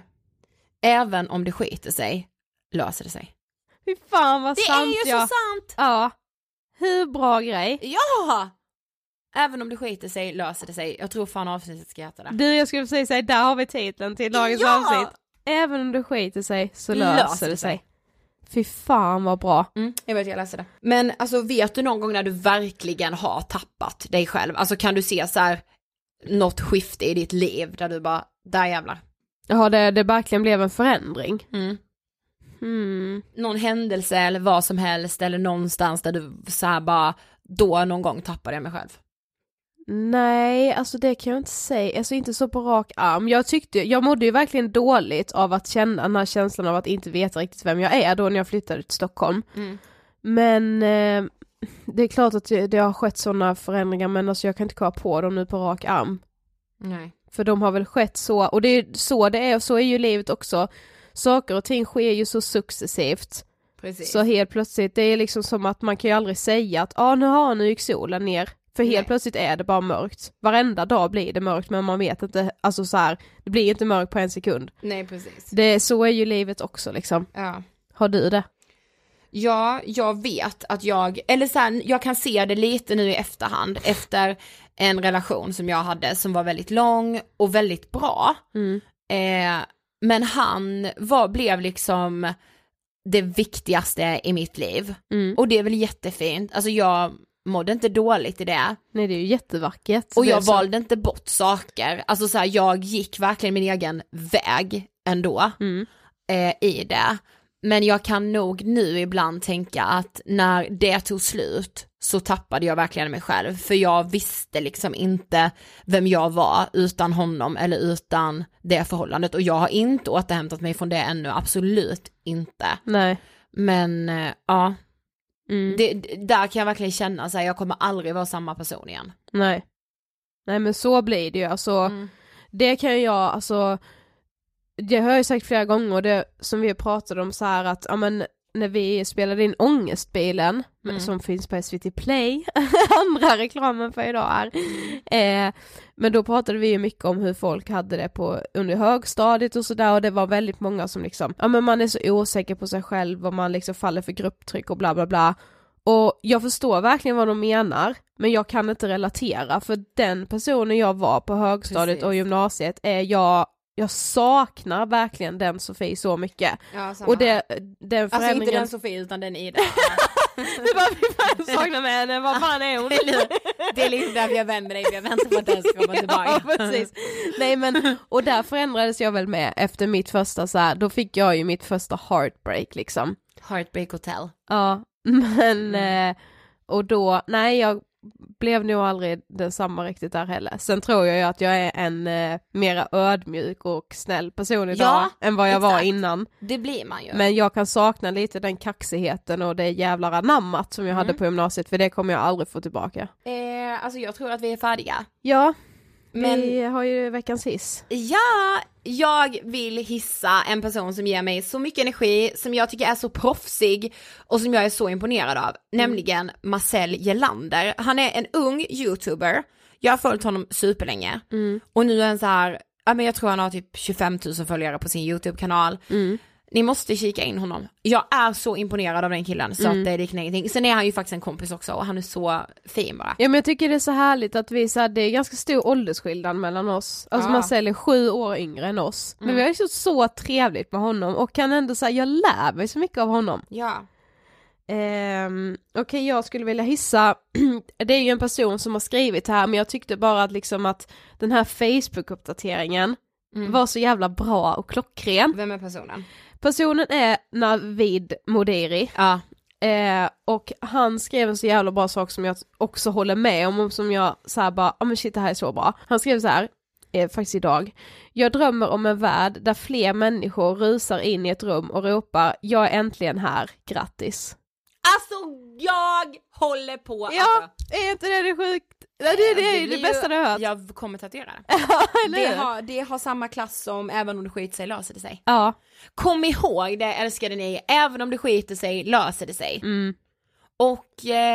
även om det skiter sig, löser det sig. Fy fan vad sant. Det är ju så sant. Ja. Hur bra grej. Ja! Även om det skiter sig, löser det sig. Jag tror fan avsnittet ska heta det. Du, jag skulle säga så, där har vi titeln till dagens avsnitt. Även om det skiter sig så löser det sig. Fy fan vad bra. Jag vet, jag läser det. Men alltså, vet du någon gång när du verkligen har tappat dig själv? Alltså kan du se så här något skifte i ditt liv där du bara, där jävlar. Ja, det verkligen blev en förändring. Någon händelse eller vad som helst, eller någonstans där du så här bara, då någon gång tappade jag mig själv. Nej, alltså det kan jag inte säga. Alltså inte så på rak arm. Jag mådde ju verkligen dåligt av att känna den här känslan av att inte veta riktigt vem jag är då när jag flyttade till Stockholm. Men det är klart att det har skett sådana förändringar, men alltså jag kan inte komma på dem nu på rak arm. Nej. För de har väl skett så, och det är så det är, och så är ju livet också. Saker och ting sker ju så successivt. Precis. Så helt plötsligt, det är liksom som att man kan ju aldrig säga att nu gick solen ner. För helt plötsligt är det bara mörkt. Varenda dag blir det mörkt, men man vet inte, alltså så här, det blir inte mörkt på en sekund. Nej, precis. Så är ju livet också liksom. Ja. Har du det? Ja, jag vet att jag kan se det lite nu i efterhand, efter en relation som jag hade som var väldigt lång och väldigt bra. Men han blev liksom det viktigaste i mitt liv. Och det är väl jättefint. Alltså jag mådde inte dåligt i det. Nej, det är ju jättevackert. Och jag valde inte bort saker. Alltså så här, jag gick verkligen min egen väg ändå i det. Men jag kan nog nu ibland tänka att när det tog slut så tappade jag verkligen mig själv. För jag visste liksom inte vem jag var utan honom eller utan det förhållandet. Och jag har inte återhämtat mig från det ännu, absolut inte. Nej. Men ja, där kan jag verkligen känna att jag kommer aldrig vara samma person igen. Nej, men så blir det ju. Alltså, det kan jag, alltså, det har jag ju sagt flera gånger, det som vi pratade om så här att ja, men när vi spelade in Ångestbilen som finns på SVT Play, andra reklamen för idag här. Men då pratade vi ju mycket om hur folk hade det under högstadiet och sådär, och det var väldigt många som liksom, ja men man är så osäker på sig själv och man liksom faller för grupptryck och bla bla bla. Och jag förstår verkligen vad de menar, men jag kan inte relatera, för den personen jag var på högstadiet och gymnasiet är jag saknar verkligen den Sofie så mycket. Ja, och den förändringen... Alltså inte den Sofie utan den Ida. Det var vi fan saknar med henne, vad fan är hon? Det är liksom där vi har vän med dig, vi har väntat på att den ska komma tillbaka. Ja, precis. Nej men, och där förändrades jag väl med efter mitt första så här, då fick jag ju mitt första heartbreak liksom. Heartbreak Hotel. Ja, men och då, nej jag blev nog aldrig densamma riktigt där heller. Sen tror jag ju att jag är en mera ödmjuk och snäll person idag än vad jag var innan. Det blir man ju. Men jag kan sakna lite den kaxigheten och det jävlar anammat som jag hade på gymnasiet, för det kommer jag aldrig få tillbaka. Alltså jag tror att vi är färdiga. Ja, men vi har ju veckans hiss. Ja, jag vill hissa en person som ger mig så mycket energi, som jag tycker är så proffsig och som jag är så imponerad av, nämligen Marcel Gelander. Han är en ung YouTuber. Jag har följt honom superlänge. Och nu är han så här, ja men jag tror han har typ 25 000 följare på sin YouTube-kanal. Ni måste kika in honom. Jag är så imponerad av den killen så att det liknar ingenting. Sen är han ju faktiskt en kompis också och han är så fin bara. Ja men jag tycker det är så härligt att vi så här, det är ganska stor åldersskillnad mellan oss. Alltså man säljer 7 år yngre än oss. Men vi har ju så trevligt med honom och kan ändå säga jag lär mig så mycket av honom. Ja. Okej, jag skulle vilja hissa det är ju en person som har skrivit här, men jag tyckte bara att liksom att den här Facebook-uppdateringen var så jävla bra och klockren. Vem är personen? Personen är Navid Modiri. Ja. Och han skrev en så jävla bra sak som jag också håller med om, som jag så här bara, men shit det här är så bra. Han skrev så här, faktiskt idag: jag drömmer om en värld där fler människor rusar in i ett rum och ropar jag är äntligen här, grattis. Alltså jag håller på. Ja, alltså. Är inte det sjukt? Det är det bästa du har hört. Jag kommer tatuera det har samma klass som även om det skiter sig löser det sig. Ja. Kom ihåg det, älskade ni, även om det skiter sig löser det sig. Och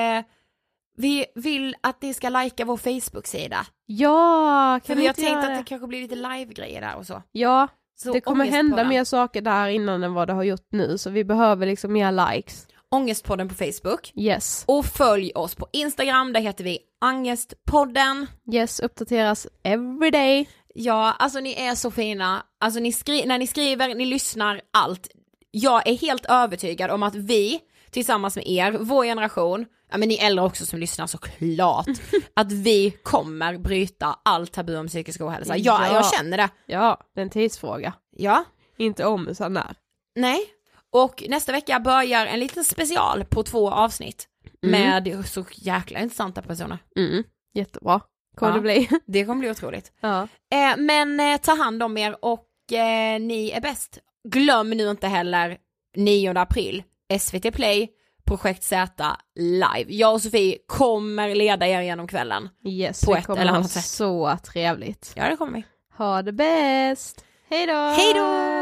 vi vill att ni ska likea vår Facebook-sida. Ja, för vi har tänkt att det kanske blir lite live-grejer där och så. Ja, så det kommer hända mer saker där innan än vad det har gjort nu, så vi behöver liksom mer likes. Ångestpodden på Facebook. Yes. Och följ oss på Instagram, där heter vi Ångestpodden. Yes, uppdateras every day. Ja, alltså ni är så fina. Alltså när ni skriver, ni lyssnar, allt. Jag är helt övertygad om att vi, tillsammans med er, vår generation, ja men ni äldre också som lyssnar såklart, att vi kommer bryta all tabu om psykisk ohälsa. Ja, jag känner det. Ja, det är en tidsfråga. Ja. Inte om utan när. Nej. Och nästa vecka börjar en liten special på 2 avsnitt med så jäkla intressanta personer. Jättebra. Kommer det bli? Det kommer bli otroligt. Ja. Men ta hand om er och ni är bäst. Glöm nu inte heller 9 april, SVT Play, Projekt Z live. Jag och Sofie kommer leda er genom kvällen. Yes, på vi ett kommer eller ha annat sätt. Så trevligt. Ja, det kommer vi. Ha det bäst. Hej då! Hej då!